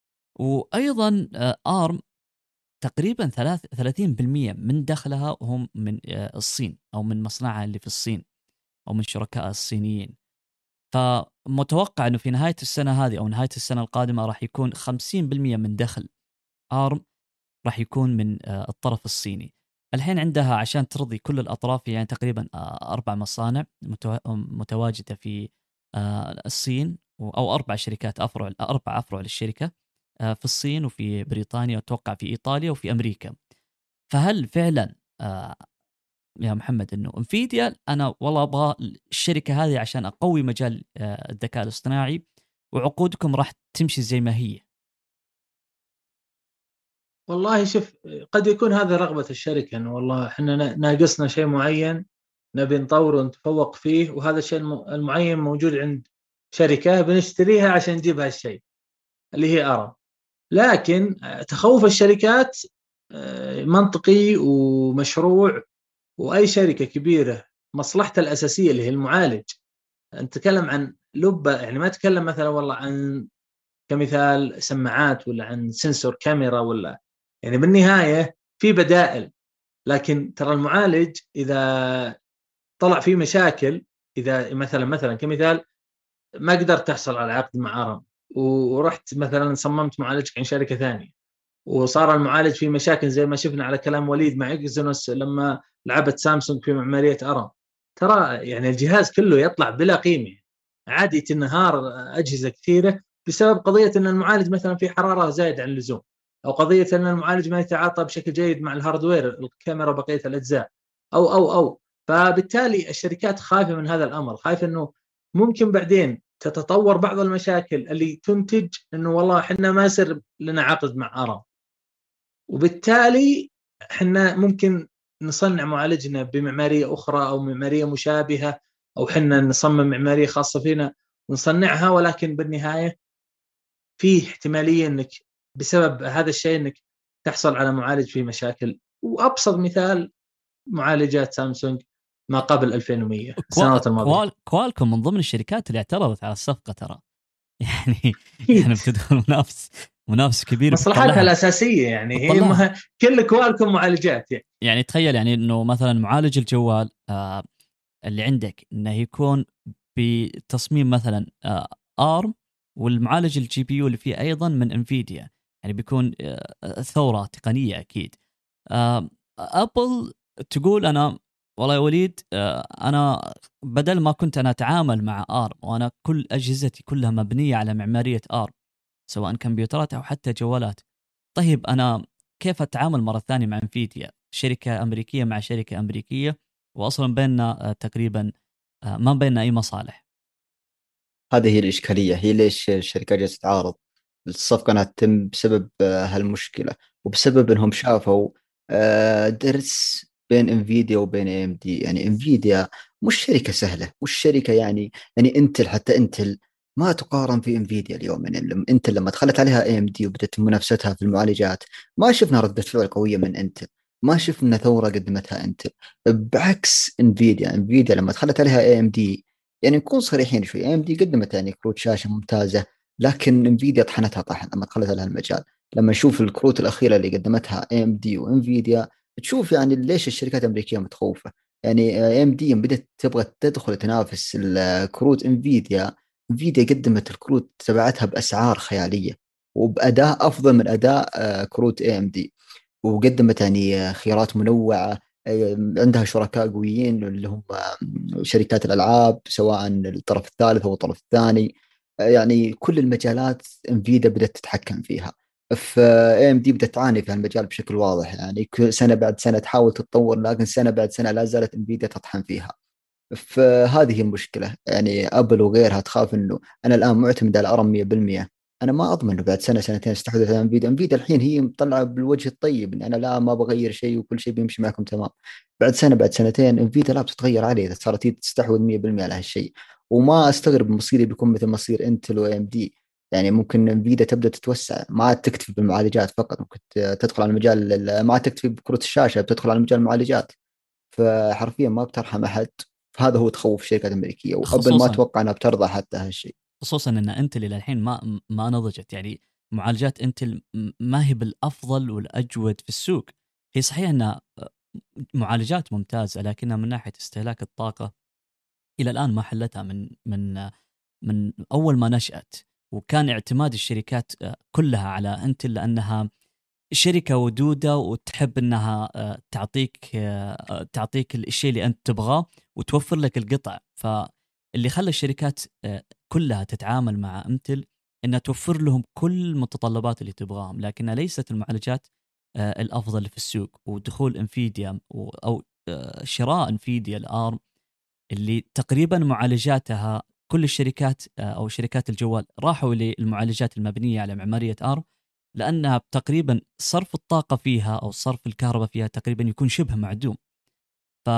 وايضا ارم تقريبا ثلاثين بالمئة من دخلها هم من الصين او من مصنعها اللي في الصين او من شركاء الصينيين. فمتوقع انه في نهايه السنه هذه او نهايه السنه القادمه راح يكون خمسين بالمئة من دخل ارم راح يكون من الطرف الصيني. الحين عندها عشان ترضي كل الاطراف يعني تقريبا اربع مصانع متواجده في الصين، او اربع شركات افرع اربع افرع للشركه في الصين وفي بريطانيا واتوقع في ايطاليا وفي امريكا. فهل فعلا آه يا محمد انه انفيديا انا والله ابغى الشركه هذه عشان اقوي مجال آه الذكاء الاصطناعي، وعقودكم راح تمشي زي ما هي؟ والله شوف، قد يكون هذا رغبة الشركة، انه والله احنا ناقصنا شيء معين نبي نطور ونتفوق فيه، وهذا الشيء المعين موجود عند شركة بنشتريها عشان نجيب هالشيء اللي هي أرم. لكن تخوف الشركات منطقي ومشروع، وأي شركة كبيرة مصلحتها الأساسية اللي هي المعالج. نتكلم عن لبة، يعني ما تكلم مثلا والله عن كمثال سماعات ولا عن سنسور كاميرا ولا، يعني بالنهاية في بدائل. لكن ترى المعالج إذا طلع فيه مشاكل، إذا مثلا مثلا كمثال ما قدرت تحصل على عقد مع أرم ورحت مثلا صممت معالجك عن شركة ثانية، وصار المعالج فيه مشاكل زي ما شفنا على كلام وليد مع إكزينوس لما لعبت سامسونج في معمارية أرم، ترى يعني الجهاز كله يطلع بلا قيمة. عادي تنهار أجهزة كثيرة بسبب قضية أن المعالج مثلا في حرارة زايد عن اللزوم، أو قضية أن المعالج ما يتعاطى بشكل جيد مع الهاردوير الكاميرا وبقية الأجزاء، أو أو أو فبالتالي الشركات خايفة من هذا الأمر، خايفة أنه ممكن بعدين تتطور بعض المشاكل اللي تنتج أنه والله إحنا ما يصير لنا عقد مع أرم، وبالتالي احنا ممكن نصنع معالجنا بمعمارية أخرى أو معمارية مشابهة، أو حنا نصمم معمارية خاصة فينا ونصنعها، ولكن بالنهاية في احتمالية أنك بسبب هذا الشيء أنك تحصل على معالج فيه مشاكل. وأبسط مثال معالجات سامسونج ما قبل ألفين ومية السنوات الماضية. كوال كوالكم من ضمن الشركات اللي اعترضت على الصفقة ترى. يعني يعني بتدخل منافس منافس كبير مصلحتها الأساسية، يعني هي مه... كل كوالكم معالجات يعني. يعني تخيل يعني انه مثلا معالج الجوال آه اللي عندك انه يكون بتصميم مثلا آه ارم، والمعالج الجي بي يو اللي فيه ايضا من انفيديا، يعني بيكون آه ثورة تقنية اكيد. آه ابل تقول انا والله يا وليد آه انا بدل ما كنت انا اتعامل مع ارم وانا كل اجهزتي كلها مبنية على معمارية ارم سواء كمبيوترات او حتى جوالات، طيب انا كيف اتعامل مرة ثانية مع انفيديا شركة امريكية مع شركة امريكية واصلا بيننا آه تقريبا آه ما بيننا اي مصالح؟ هذه هي الإشكالية، هي ليش الشركات جالسة تتعارض. الصفقة أنها تتم بسبب آه، هالمشكلة، وبسبب أنهم شافوا آه، درس بين انفيديا وبين اي ام دي. يعني انفيديا مش شركة سهلة، مش شركة يعني يعني انتل، حتى انتل ما تقارن في انفيديا اليوم. يعني لما انتل لما دخلت عليها اي ام دي وبدت منافستها في المعالجات، ما شفنا ردة فعل قوية من انتل، ما شفنا ثورة قدمتها انتل. بعكس انفيديا، انفيديا لما دخلت عليها اي ام دي، يعني نكون صريحين شوي، اي ام دي قدمت يعني كروت شاشة ممتازة، لكن انفيديا طحنتها طحن لما دخلت على المجال. لما نشوف الكروت الأخيرة اللي قدمتها اي ام دي وانفيديا، تشوف يعني ليش الشركات الأمريكية متخوفة. يعني اي ام دي بدأت تبغى تدخل تنافس الكروت انفيديا. انفيديا قدمت الكروت تبعتها بأسعار خيالية وبأداء أفضل من أداء آه، كروت اي ام دي، وقدمت يعني آه، خيارات منوعة. آه، عندها شركاء قويين اللي هم آه، شركات الألعاب، سواء الطرف الثالث أو الطرف الثاني. يعني كل المجالات انفيدا بدأت تتحكم فيها. في اي ام دي بدأت تعاني في هالمجال بشكل واضح، يعني كل سنة بعد سنة تحاول تتطور، لكن سنة بعد سنة لا زالت انفيدا تطحن فيها. فهذه المشكلة. يعني ابل وغيرها تخاف انه انا الان معتمد على ارم مية بالمية، انا ما اضمن انه بعد سنة سنتين استحوذت على انفيدا. انفيدا الحين هي مطلعة بالوجه الطيب ان انا لا ما بغير شيء وكل شيء بيمشي معكم تمام. بعد سنة بعد سنتين انفيدا لا بتتغير عليه اذا صارت هي تستحوذ مية بالمية على هالشيء. وما استغرب مصيري بيكون مثل مصير انتل واي ام دي. يعني ممكن انفيدا تبدا تتوسع، ما عاد تكتفي بالمعالجات فقط، ممكن تدخل على مجال، ما عاد تكتفي بكروت الشاشه، بتدخل على مجال المعالجات. فحرفيا ما بترحم احد. فهذا هو تخوف الشركات الامريكيه، وابل ما خصوصا اتوقع انها بترضى حتى هالشيء. خصوصا ان انتل الى الحين ما ما نضجت. يعني معالجات انتل ما هي بالافضل والاجود في السوق. هي صحيح انها معالجات ممتازه، لكنها من ناحيه استهلاك الطاقه الى الان ما حلتها من من من اول ما نشات. وكان اعتماد الشركات كلها على انتل لانها شركه ودوده وتحب انها تعطيك تعطيك الشيء اللي انت تبغاه وتوفر لك القطع. فاللي خلى الشركات كلها تتعامل مع انتل انها توفر لهم كل المتطلبات اللي تبغاهم، لكنها ليست المعالجات الافضل في السوق. ودخول انفيديا او شراء انفيديا الارم اللي تقريبا معالجاتها كل الشركات او شركات الجوال راحوا للمعالجات المبنيه على معماريه ارم، لانها تقريبا صرف الطاقه فيها او صرف الكهرباء فيها تقريبا يكون شبه معدوم. ف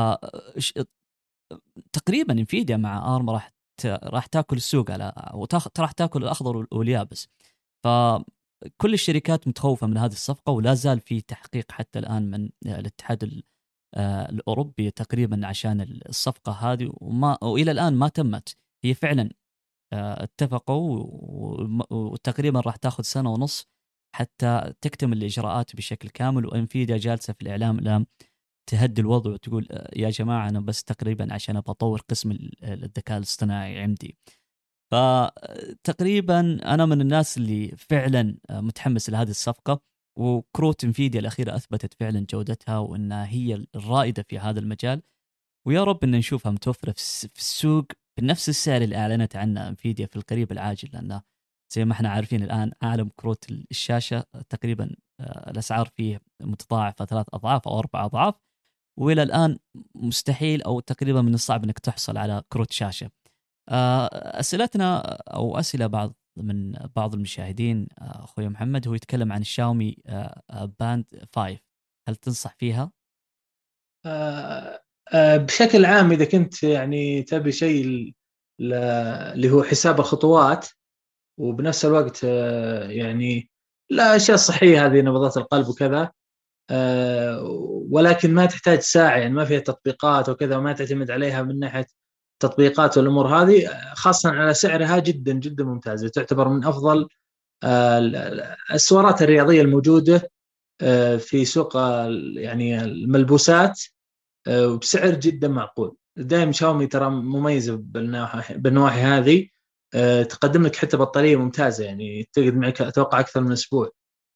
تقريبا انفيديا مع ارم راح راح تاكل السوق على وتاخذ راح تاكل الاخضر واليابس. فكل الشركات متخوفه من هذه الصفقه، ولا زال في تحقيق حتى الان من الاتحاد الأوروبي تقريبا عشان الصفقة هذه، وما وإلى الآن ما تمت. هي فعلا اتفقوا وتقريبا راح تاخذ سنة ونص حتى تكتمل الإجراءات بشكل كامل. وإنفيديا جالسة في الإعلام الآن تهدي الوضع وتقول يا جماعة أنا بس تقريبا عشان أطور قسم الذكاء الاصطناعي عندي. فتقريبا أنا من الناس اللي فعلا متحمس لهذه الصفقة. وكروت انفيديا الأخيرة أثبتت فعلا جودتها وأنها هي الرائدة في هذا المجال، ويا رب أن نشوفها متوفرة في السوق بنفس السعر اللي أعلنت عنه انفيديا في القريب العاجل. لأنه زي ما احنا عارفين الآن عالم كروت الشاشة تقريبا الأسعار فيه متضاعفة ثلاث أضعاف أو أربع أضعاف، وإلى الآن مستحيل أو تقريبا من الصعب أنك تحصل على كروت شاشة. أسئلتنا أو أسئلة بعض من بعض المشاهدين أخوي محمد، هو يتكلم عن الشاومي باند خمسة. هل تنصح فيها؟ آه آه بشكل عام إذا كنت يعني تبي شيء اللي هو حساب الخطوات، وبنفس الوقت آه يعني لا أشياء صحية هذه نبضات القلب وكذا، آه ولكن ما تحتاج ساعة، يعني ما فيها تطبيقات وكذا، وما تعتمد عليها من ناحية تطبيقات والأمور هذه، خاصة على سعرها جدا جدا ممتازة. تعتبر من أفضل السوارات الرياضية الموجودة في سوق يعني الملبوسات، وبسعر جدا معقول. دائما شاومي ترى مميزة بالنواحي هذه، تقدم لك حتى بطارية ممتازة، يعني تقعد معك أتوقع أكثر من أسبوع.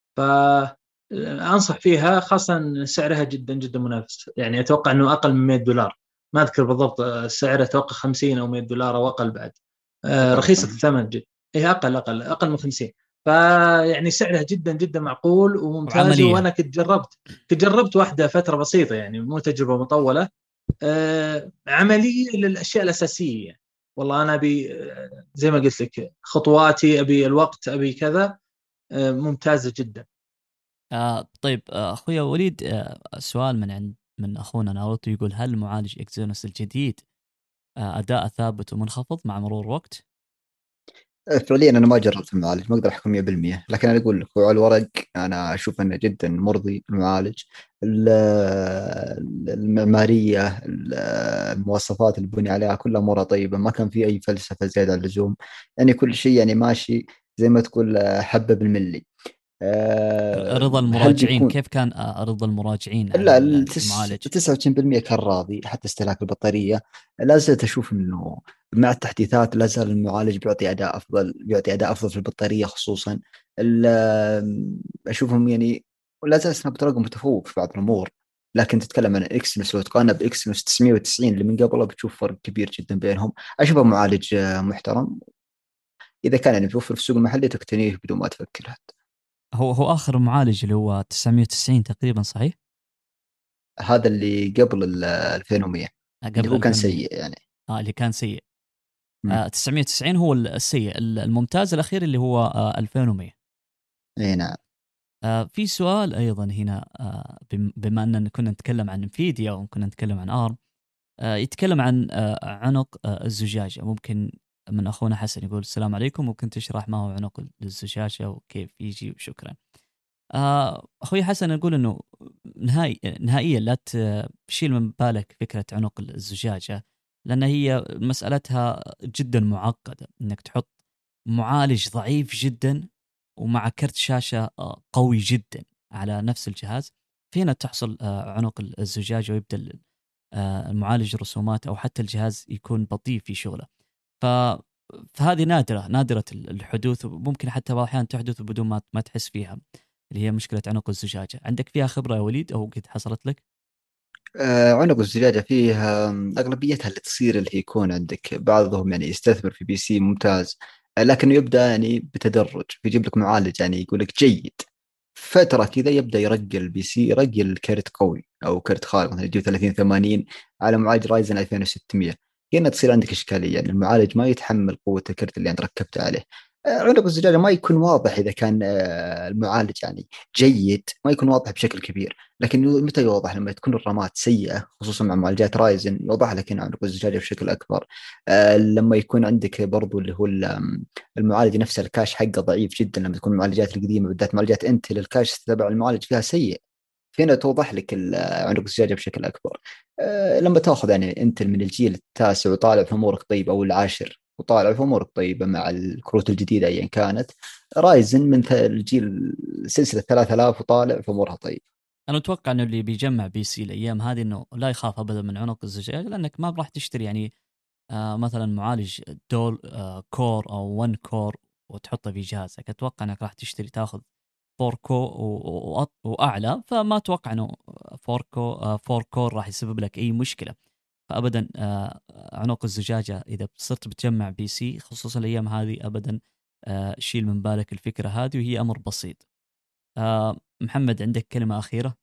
فأنصح فيها، خاصة سعرها جدا جدا منافس. يعني أتوقع أنه أقل من مئة دولار، ما أذكر بالضبط السعر، أتوقع خمسين أو مئة دولار أو أقل بعد. رخيصة الثمن جدا، هي أقل أقل أقل من خمسين. فيعني سعرها جدا جدا معقول وممتاز. وأنا كنت جربت كنت جربت واحدة فترة بسيطة، يعني مو تجربة مطولة، آه عملية للأشياء الأساسية. يعني والله أنا أبي زي ما قلت لك خطواتي، أبي الوقت، أبي كذا، ممتازة جدا. آه طيب آه أخويا وليد، آه سؤال من عند من أخونا ناروتو يقول هل معالج إكزينوس الجديد آه أداء ثابت ومنخفض مع مرور الوقت؟ فعليا انا ما جربت المعالج، ما اقدر احكم مية بالمية، لكن انا اقول لك هو على الورق انا اشوف انه جدا مرضي. المعالج، ال- المعماريه، ال- المواصفات اللي بني عليها كلها امورها طيبه، ما كان في اي فلسفه زياده عن اللزوم. يعني كل شيء يعني ماشي زي ما تقول حبه بالملي. أه رضا هل المراجعين بيكون؟ كيف كان آه رضا المراجعين على لا، التس- المعالج؟ تسعة وتسعين بالمية كان راضي. حتى استهلاك البطارية لا زلت أشوف أنه مع التحديثات لا زال المعالج بيعطي أداء أفضل، بيعطي أداء أفضل في البطارية خصوصا. ال- أشوفهم يعني لا زال سناب دراجون متفوق في بعض الأمور، لكن تتكلم عن إكسنوس لو تقارنه بإكسنوس تسعمية وتسعين اللي من قبله بتشوف فرق كبير جدا بينهم. أشوفه معالج آه، محترم. إذا كان يعني بيوفر في السوق المحلي تقتنيه بدون ما تفكر حتى. هو هو آخر معالج اللي هو تسعمية وتسعين تقريبا، صحيح؟ هذا اللي قبل ال ألفين ومية آه اللي قبل هو كان ألفين ومية. سيء يعني. آه اللي كان سيء. مم. آه تسعمية وتسعين هو السيء، الممتاز الأخير اللي هو آه ألفين ومية. اي نعم. آه في سؤال أيضا هنا، آه بم- بما أننا كنا نتكلم عن انفيديا وكنا نتكلم عن آرم، آه يتكلم عن آه عنق آه الزجاجة. ممكن من أخونا حسن يقول السلام عليكم، ممكن تشرح ما هو عنق الزجاجة وكيف يجي؟ وشكرا. آه أخوي حسن يقول أنه نهائي نهائيا لا تشيل من بالك فكرة عنق الزجاجة، لأن هي مسألتها جدا معقدة، أنك تحط معالج ضعيف جدا ومع كرت شاشة آه، قوي جدا على نفس الجهاز، فينا تحصل آه، عنق الزجاجة ويبدأ آه، المعالج رسومات أو حتى الجهاز يكون بطيء في شغله. ف فهذه نادرة نادرة الحدوث، وممكن حتى بعض الأحيان تحدث بدون ما ما تحس فيها، اللي هي مشكلة عنق الزجاجة. عندك فيها خبرة يا وليد أو قد حصلت لك؟ آه، عنق الزجاجة فيها آم، أغلبيتها اللي تصير اللي يكون عندك بعضهم يعني يستثمر في بي سي ممتاز، آه، لكنه يبدأ يعني بتدرج، يجيب لك معالج يعني يقول لك جيد، فترة كذا يبدأ يرقل البي سي، يرقل كرت قوي أو كرت خارق مثلا يجيب ثلاثين ثمانين على معالج رايزن ألفين وستمية. هنا تصير عندك إشكالية، يعني المعالج ما يتحمل قوة الكرت اللي أنت ركبته عليه. آه، عنق الزجاجة ما يكون واضح إذا كان آه، المعالج يعني جيد، ما يكون واضح بشكل كبير، لكن متى يوضح؟ لما تكون الرامات سيئة خصوصا مع معالجات رايزن يوضح لك هنا عنق الزجاجة بشكل أكبر. آه لما يكون عندك برضو اللي هو ال- المعالج نفسه الكاش حقه ضعيف جدا، لما تكون المعالجات القديمة بالذات معالجات انتل الكاش تبع المعالج فيها سيء، هنا توضح لك ال- عنق الزجاجة بشكل أكبر. آه لما تاخذ يعني انتل من الجيل التاسع وطالع في أمورك طيبة، أو العاشر وطالع في أمورك طيبة مع الكروت الجديدة أيا كانت، رايزن من ث- الجيل سلسلة ثلاثة آلاف وطالع في أمورها طيبة. أنا أتوقع أنه اللي بيجمع بي سي الأيام هذه أنه لا يخاف أبدا من عنق الزجاجة، لأنك ما راح تشتري يعني آه مثلا معالج دول آه كور أو ون كور وتحطه في جهازك. أتوقع أنك راح تشتري تاخذ فور كو و- و- وأعلى، فما أتوقع أنه فور كو آه فور كور راح يسبب لك أي مشكلة. فأبدا آه عنق الزجاجة إذا صرت بتجمع بي سي خصوصا الأيام هذه أبدا آه شيل من بالك الفكرة هذه، وهي أمر بسيط. آه محمد، عندك كلمة أخيرة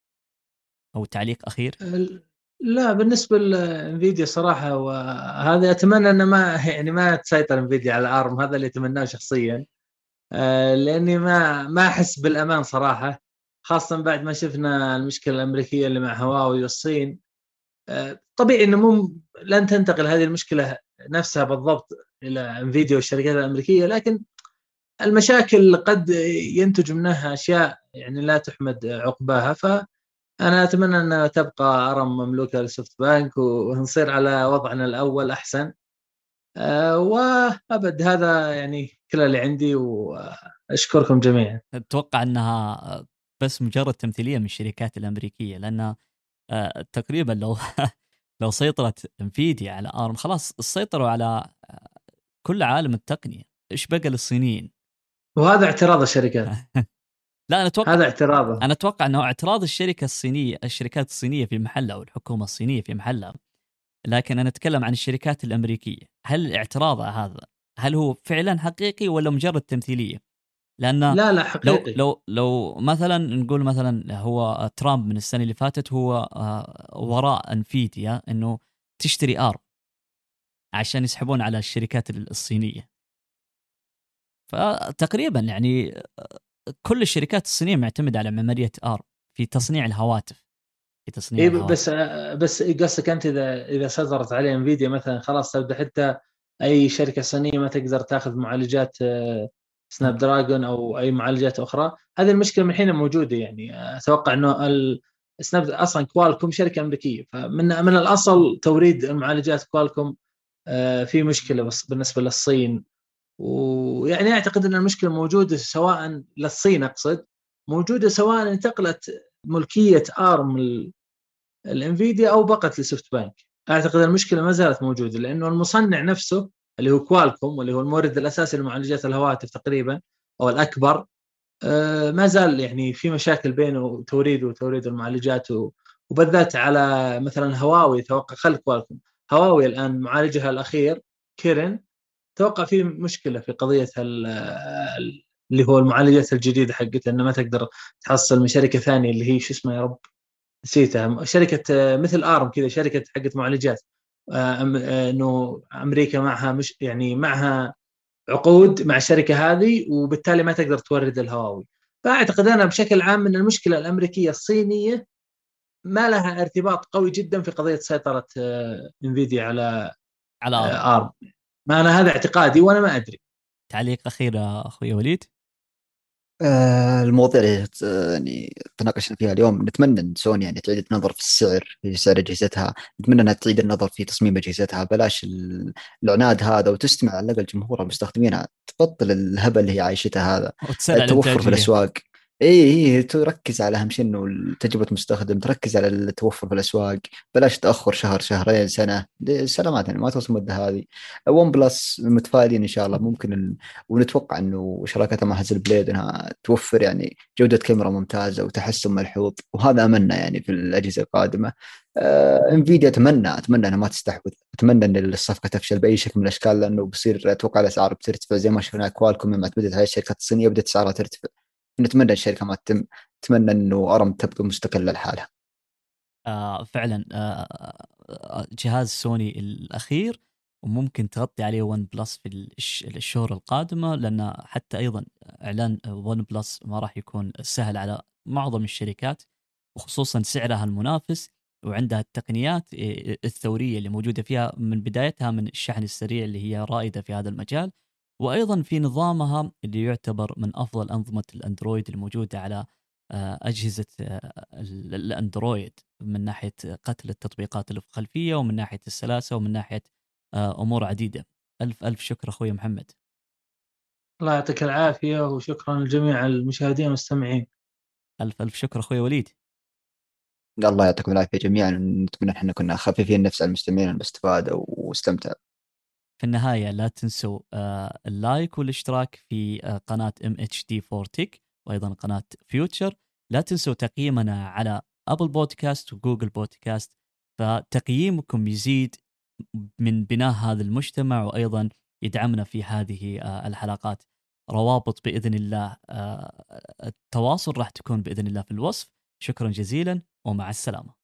أو تعليق أخير؟ لا، بالنسبة لانفيديا صراحة، وهذا أتمنى أن ما يعني ما تسيطر انفيديا على ارم، هذا اللي أتمناه شخصيا. آه، لأني ما ما أحس بالأمان صراحة، خاصة بعد ما شفنا المشكلة الأمريكية اللي مع هواوي والصين. آه، طبيعي أنه مو لن تنتقل هذه المشكلة نفسها بالضبط إلى انفيديا والشركات الأمريكية، لكن المشاكل قد ينتج منها أشياء يعني لا تحمد عقباها. فأنا أتمنى أن تبقى أرم مملوكة لسوفت بانك ونصير على وضعنا الأول أحسن. أه وأبد هذا يعني كل اللي عندي، وأشكركم جميعا. أتوقع أنها بس مجرد تمثيلية من الشركات الأمريكية، لأن آه، تقريبا لو لو سيطرت انفيديا على ارم خلاص سيطروا على كل عالم التقنية. إيش بقى للصينيين؟ وهذا اعتراض الشركات. لا أنا أتوقع هذا اعتراضه. أنا أتوقع أنه اعتراض الشركة الصينية، الشركات الصينية في محلها والحكومة الصينية في محلها، لكن أنا أتكلم عن الشركات الأمريكية. هل اعتراضها هذا هل هو فعلا حقيقي ولا مجرد تمثيلية؟ لأن لا لا، لو حقيقي. لو لو مثلا نقول مثلا هو ترامب من السنة اللي فاتت هو آه، وراء انفيديا انه تشتري ارم عشان يسحبون على الشركات الصينية. فتقريبا يعني كل الشركات الصينية معتمدة على معمارية آرم في تصنيع الهواتف في تصنيع إيه الهواتف. بس بس قصدك انت اذا اذا صدرت عليه انفيديا مثلا خلاص تبدا حتى اي شركه صينيه ما تقدر تاخذ معالجات سناب دراجون او اي معالجات اخرى. هذه المشكله من الحين موجوده، يعني اتوقع انه السناب اصلا كوالكوم شركه امريكيه، فمن من الاصل توريد المعالجات كوالكوم في مشكله بس بالنسبه للصين. ويعني اعتقد ان المشكله موجوده سواء للصين، اقصد موجوده سواء انتقلت ملكيه ارم الانفيديا او بقت لسوفت بانك. اعتقد المشكله ما زالت موجوده، لانه المصنع نفسه اللي هو كوالكوم واللي هو المورد الاساسي لمعالجات الهواتف تقريبا او الاكبر، ما زال يعني في مشاكل بينه توريد وتوريد المعالجات، وبالذات على مثلا هواوي. توقع خل كوالكوم هواوي الان معالجها الاخير كيرن توقع فيه مشكله في قضيه اللي هو المعالجات الجديده حقتها، انه ما تقدر تحصل من شركه ثانيه اللي هي شو اسمها يا رب نسيتها، شركه مثل ارم كذا، شركه حقت معالجات انه امريكا معها مش يعني معها عقود مع الشركه هذه، وبالتالي ما تقدر تورد الهواوي. فاعتقد انا بشكل عام ان المشكله الامريكيه الصينيه ما لها ارتباط قوي جدا في قضيه سيطره انفيديا على على آرم. ارم. ما انا هذا اعتقادي وانا ما ادري. تعليق اخير اخوي وليد. آه المواضيع اللي يعني تناقشنا فيها اليوم، نتمنى ان سوني يعني تعيد النظر في السعر، في سعر اجهزتها، نتمنى انها تعيد النظر في تصميم اجهزتها، بلاش العناد هذا، وتستمع على الاقل جمهور المستخدمين، تبطل الهبل اللي هي عايشتها هذا، وتسرع التوفر في الانتاجيه. الاسواق. اي اي تركز على اهم شيء انه تجربه المستخدم، تركز على التوفر في الاسواق، بلاش تاخر شهر شهرين سنه، سلامات يعني ما توصل المده هذه. ون بلس متفائلين ان شاء الله، ممكن ال... ونتوقع انه شراكتها مع هازل بليد انها توفر يعني جوده كاميرا ممتازه وتحسن ملحوظ، وهذا املنا يعني في الاجهزه القادمه. آه انفيديا اتمنى اتمنى انها ما تستحوذ، اتمنى ان الصفقه تفشل باي شكل من الاشكال، لانه بصير اتوقع الاسعار بترتفع زي ما شفنا كوالكوم لما اعتمدت على الشركات الصينيه بدات اسعارها ترتفع. نتمنى الشركه ما تتم، نتمنى انه ارم تبقى مستقله لحالها. آه فعلا. آه جهاز سوني الاخير وممكن تغطي عليه ون بلس في الش- الشهور القادمه، لان حتى ايضا اعلان ون بلس ما راح يكون سهل على معظم الشركات، وخصوصا سعرها المنافس، وعندها التقنيات الثوريه اللي موجوده فيها من بدايتها، من الشحن السريع اللي هي رائده في هذا المجال، وايضا في نظامها اللي يعتبر من افضل انظمه الاندرويد الموجوده على أجهزة الأندرويد، من ناحية قتل التطبيقات اللي في الخلفية، ومن ناحية السلاسة، ومن ناحية أمور عديدة. ألف ألف شكر أخوي محمد. الله يعطيك العافية، وشكرا لجميع المشاهدين والمستمعين. ألف ألف شكر أخوي وليد. الله يعطيكم العافيه جميعا، نتمنى احنا كنا خفيفين النفس على المستمعين والاستفاده واستمتع. في النهاية لا تنسوا اللايك والاشتراك في قناة إم إتش دي فور تك، وأيضا قناة فيوتشر. لا تنسوا تقييمنا على أبل بودكاست وجوجل بودكاست، فتقييمكم يزيد من بناء هذا المجتمع، وأيضا يدعمنا في هذه الحلقات. روابط بإذن الله التواصل راح تكون بإذن الله في الوصف. شكرا جزيلا ومع السلامة.